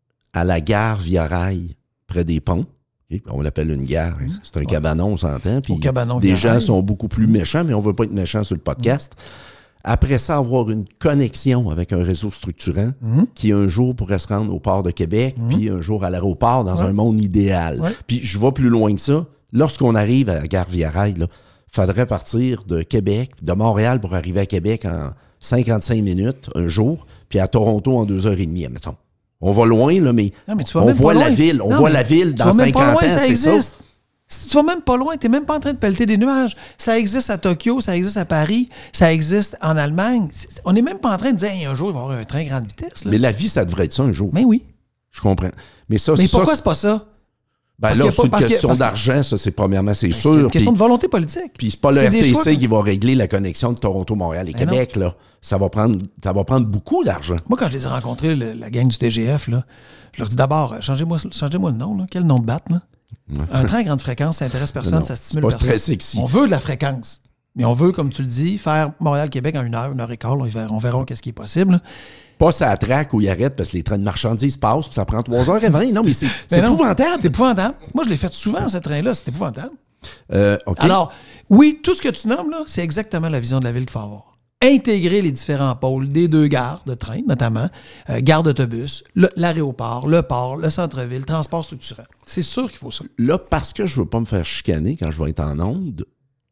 A: à la gare Via-Rail près des ponts. Okay? On l'appelle une gare. Mmh. C'est un ouais. cabanon, on s'entend. Puis
B: cabanon
A: des gens sont beaucoup plus méchants, mais on ne veut pas être méchants sur le podcast. Mmh. Après ça, avoir une connexion avec un réseau structurant mmh. qui un jour pourrait se rendre au port de Québec, mmh. puis un jour à l'aéroport dans ouais. un monde idéal. Ouais. Puis je vais plus loin que ça. Lorsqu'on arrive à la gare Via-Rail, il faudrait partir de Québec, de Montréal pour arriver à Québec en cinquante-cinq minutes, un jour, puis à Toronto en deux heures et demie, admettons. On va loin, là, mais,
B: non, mais tu vas
A: on
B: même
A: voit
B: pas
A: la
B: loin.
A: ville. On
B: Non,
A: voit
B: mais
A: la ville dans
B: tu vas même pas
A: cinquante
B: loin,
A: ans,
B: ça
A: c'est ça.
B: existe. Si tu vas même pas loin, tu n'es même pas en train de pelleter des nuages. Ça existe à Tokyo, ça existe à Paris, ça existe en Allemagne. C'est- On n'est même pas en train de dire hey, un jour, il va y avoir un train grande vitesse. Là.
A: Mais la vie, ça devrait être ça un jour.
B: Mais oui.
A: Je comprends. Mais ça,
B: Mais
A: ça,
B: pourquoi
A: c'est-
B: c'est pas ça?
A: ben
B: parce
A: là,
B: que-
A: c'est une
B: parce que-
A: question
B: parce que-
A: d'argent, ça, c'est premièrement, c'est
B: C'est une
A: sûr.
B: question
A: Puis,
B: de volonté politique.
A: puis c'est pas le
B: C'est des
A: R T
B: choix
A: C
B: que-
A: qui va régler la connexion de Toronto, Montréal et
B: Ben
A: Québec, là. Ça va prendre, ça va prendre beaucoup d'argent.
B: Moi, quand je les ai rencontrés, le- la gang du T G F, là, je leur dis d'abord, changez-moi, changez-moi le nom. Là. Quel nom de batte? Là? Un train à grande fréquence, ça intéresse personne,
A: Non,
B: ça
A: c'est
B: stimule
A: pas
B: personne.
A: très sexy.
B: On veut de la fréquence. Mais on veut, comme tu le dis, faire Montréal-Québec en une heure, une heure et quart. Là, on verra qu'est-ce qui est possible. Là.
A: Pas ça à traque où il arrête parce que les trains de marchandises passent puis ça prend trois heures vingt. Non, mais c'est c'est
B: Mais non,
A: épouvantable.
B: C'est épouvantable. Moi, je l'ai fait souvent, ce train-là. C'est épouvantable.
A: Euh, OK.
B: Alors, oui, tout ce que tu nommes, là, c'est exactement la vision de la ville qu'il faut avoir. Intégrer les différents pôles des deux gares de train, notamment, euh, gare d'autobus, le- l'aéroport, le port, le centre-ville, transport structurant. C'est sûr qu'il faut ça.
A: Là, parce que je veux pas me faire chicaner quand je vais être en onde,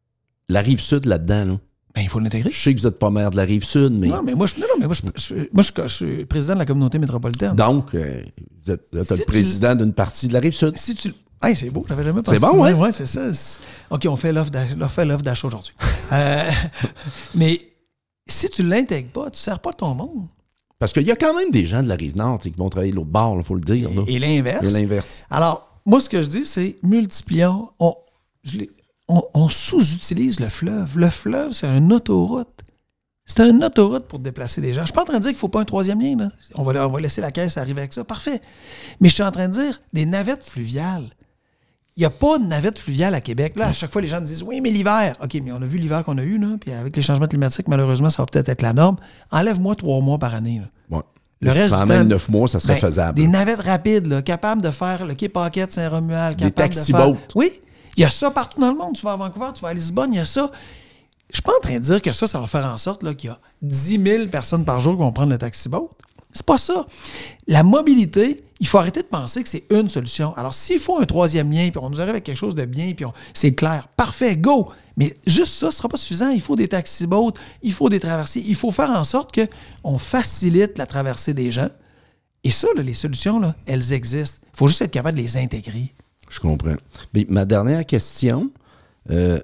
A: la Rive-Sud là-dedans, là.
B: Ben, il faut l'intégrer.
A: Je sais que vous n'êtes pas maire de la Rive-Sud, mais...
B: Non, mais moi, je, non, non, mais moi, je, je- moi, je, je suis président de la communauté métropolitaine.
A: Donc, euh, vous êtes, vous êtes
B: Si
A: le
B: tu-
A: président d'une partie de la Rive-Sud.
B: Si tu... Hey, c'est beau, j'avais jamais pensé.
A: C'est bon,
B: ça.
A: ouais.
B: Ouais, c'est ça. C'est- OK, on fait l'offre d'achat, on fait l'offre d'achat aujourd'hui. Euh, mais si tu ne l'intègres pas, tu ne sers pas ton monde.
A: Parce qu'il y a quand même des gens de la Rive-Nord tu sais, qui vont travailler de l'autre bord, il faut le dire. Là.
B: Et l'inverse.
A: Et l'inverse.
B: Alors, moi, ce que je dis, c'est multiplions. On, je l'ai- on, on sous-utilise le fleuve. Le fleuve, c'est une autoroute. C'est une autoroute pour déplacer des gens. Je suis pas en train de dire qu'il ne faut pas un troisième lien. Là. On, va, on va laisser la caisse arriver avec ça. Parfait. Mais je suis en train de dire des navettes fluviales. Il n'y a pas de navette fluviale à Québec. Là, à chaque fois, les gens me disent « Oui, mais l'hiver. » OK, mais on a vu l'hiver qu'on a eu, là, puis avec les changements climatiques, malheureusement, ça va peut-être être la norme. Enlève-moi trois mois par année. Là.
A: Ouais.
B: Le reste
A: quand
B: du
A: même
B: temps,
A: neuf mois, ça serait
B: ben,
A: faisable.
B: Des navettes rapides, là, capables de faire le quai Paquette, Saint-Romuald.
A: Des
B: capables de
A: taxi-boats.
B: faire- Oui, il y a ça partout dans le monde. Tu vas à Vancouver, tu vas à Lisbonne, il y a ça. Je suis pas en train de dire que ça, ça va faire en sorte là, qu'il y a dix mille personnes par jour qui vont prendre le taxi-boat. C'est pas ça. La mobilité, il faut arrêter de penser que c'est une solution. Alors, s'il faut un troisième lien, puis on nous arrive avec quelque chose de bien, puis on- c'est clair, parfait, go! Mais juste ça, ce ne sera pas suffisant. Il faut des taxi-boats, il faut des traversées. Il faut faire en sorte qu'on facilite la traversée des gens. Et ça, là, les solutions, là, elles existent. Il faut juste être capable de les intégrer.
A: Je comprends. Mais ma dernière question, euh,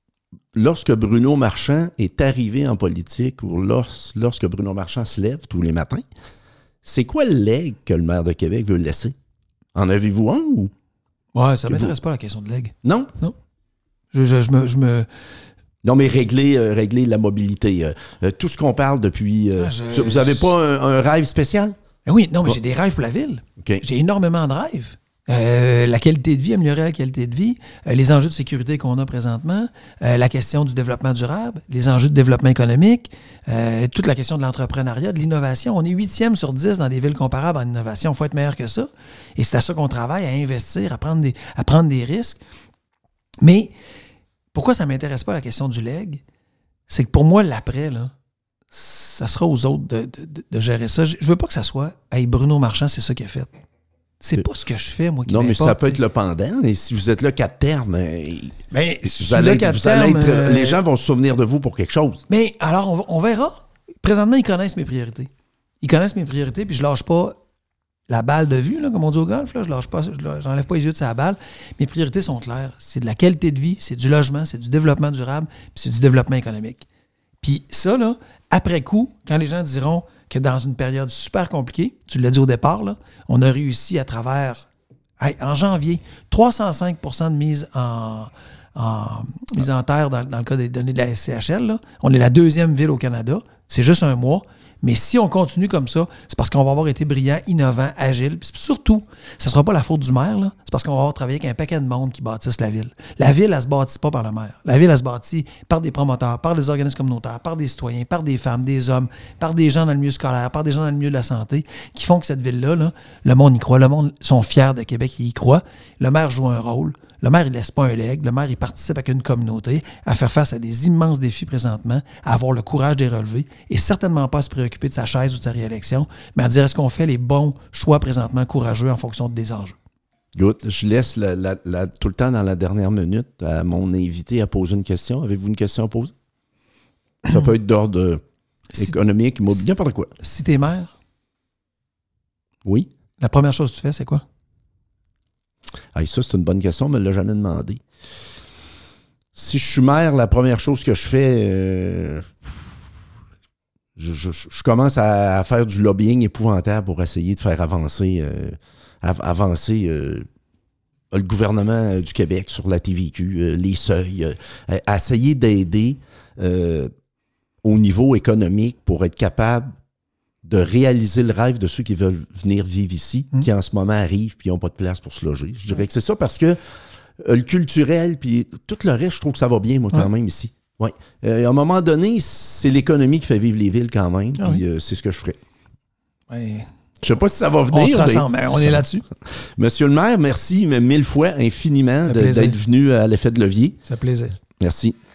A: lorsque Bruno Marchand est arrivé en politique ou lors- lorsque Bruno Marchand se lève tous les matins, c'est quoi le legs que le maire de Québec veut laisser? En avez-vous un ou?
B: Ouais, ça ne
A: Que
B: m'intéresse
A: vous-
B: pas la question de legs.
A: Non?
B: Je, je- je me, je me-
A: Non, mais régler, euh, régler la mobilité. euh, euh, tout ce qu'on parle depuis... euh,
B: Ah, je-
A: vous n'avez pas un, un rêve spécial?
B: Eh oui, non, mais
A: Ouais.
B: j'ai des rêves pour la ville.
A: OK.
B: J'ai énormément de rêves. Euh, la qualité de vie, améliorer la qualité de vie, euh, les enjeux de sécurité qu'on a présentement, euh, la question du développement durable, les enjeux de développement économique, euh, toute la question de l'entrepreneuriat, de l'innovation. On est huitième sur dix dans des villes comparables en innovation. Il faut être meilleur que ça. Et c'est à ça qu'on travaille, à investir, à prendre des, à prendre des risques. Mais pourquoi ça ne m'intéresse pas la question du leg? C'est que pour moi, l'après, là, ça sera aux autres de, de- de- de gérer ça. Je ne veux pas que ça soit « Hey, Bruno Marchand, c'est ça qu'il a fait ». C'est
A: C'est-
B: pas ce que je fais, moi, qui
A: Non, mais ça
B: m'importe,
A: peut être
B: t'sais.
A: le pendant. Et si vous êtes là qu'à terme, euh,
B: Ben,
A: vous allez être- vous allez être-
B: euh,
A: les gens vont se souvenir de vous pour quelque chose.
B: Mais alors, on, va- on verra. Présentement, ils connaissent mes priorités. Ils connaissent mes priorités, puis je lâche pas la balle de vue, là, comme on dit au golf. Là. Je lâche pas, je lâche- j'enlève pas les yeux de sa balle. Mes priorités sont claires. C'est de la qualité de vie, c'est du logement, c'est du développement durable, puis c'est du développement économique. Puis ça, là, après coup, quand les gens diront que dans une période super compliquée, tu l'as dit au départ, là, on a réussi à travers, hey, en janvier, trois cent cinq pour cent de mise en, en, mise en terre dans, dans le cas des données de la S C H L. Là. On est la deuxième ville au Canada. C'est juste un mois. Mais si on continue comme ça, c'est parce qu'on va avoir été brillant, innovant, agile. Puis surtout, ce ne sera pas la faute du maire, là. C'est parce qu'on va avoir travaillé avec un paquet de monde qui bâtisse la ville. La ville, elle ne se bâtit pas par le maire. La ville, elle se bâtit par des promoteurs, par des organismes communautaires, par des citoyens, par des femmes, des hommes, par des gens dans le milieu scolaire, par des gens dans le milieu de la santé, qui font que cette ville-là, là, le monde y croit. Le monde sont fiers de Québec, ils y croient. Le maire joue un rôle. Le maire, il ne laisse pas un leg. Le maire, il participe avec une communauté à faire face à des immenses défis présentement, à avoir le courage de les relever et certainement pas à se préoccuper de sa chaise ou de sa réélection, mais à dire est-ce qu'on fait les bons choix présentement courageux en fonction des enjeux.
A: Good. Je laisse la- la- la- tout le temps dans la dernière minute à mon invité à poser une question. Avez-vous une question à poser? Ça peut être d'ordre
B: Si-
A: économique, immobilier, n'importe quoi.
B: Si t'es maire,
A: Oui.
B: La première chose que tu fais, c'est quoi?
A: Ah, ça, c'est une bonne question, mais on ne me l'a jamais demandé. Si je suis maire, la première chose que je fais, euh, je, je, je commence à, à faire du lobbying épouvantable pour essayer de faire avancer, euh, av- avancer euh, le gouvernement du Québec sur la T V Q, euh, les seuils, euh, à essayer d'aider euh, au niveau économique pour être capable de réaliser le rêve de ceux qui veulent venir vivre ici, mmh. qui en ce moment arrivent et n'ont pas de place pour se loger. Je dirais mmh. que c'est ça parce que euh, le culturel puis tout le reste, je trouve que ça va bien, moi, quand ouais. même, ici. Ouais. Euh, à un moment donné, c'est l'économie qui fait vivre les villes quand même, ah puis oui. euh, c'est ce que je ferais.
B: Ouais.
A: Je sais pas si ça va venir.
B: On se rassemble, mais... on est là-dessus.
A: Monsieur le maire, merci mille fois infiniment de, d'être venu à l'effet de levier.
B: Ça fait plaisir.
A: Merci.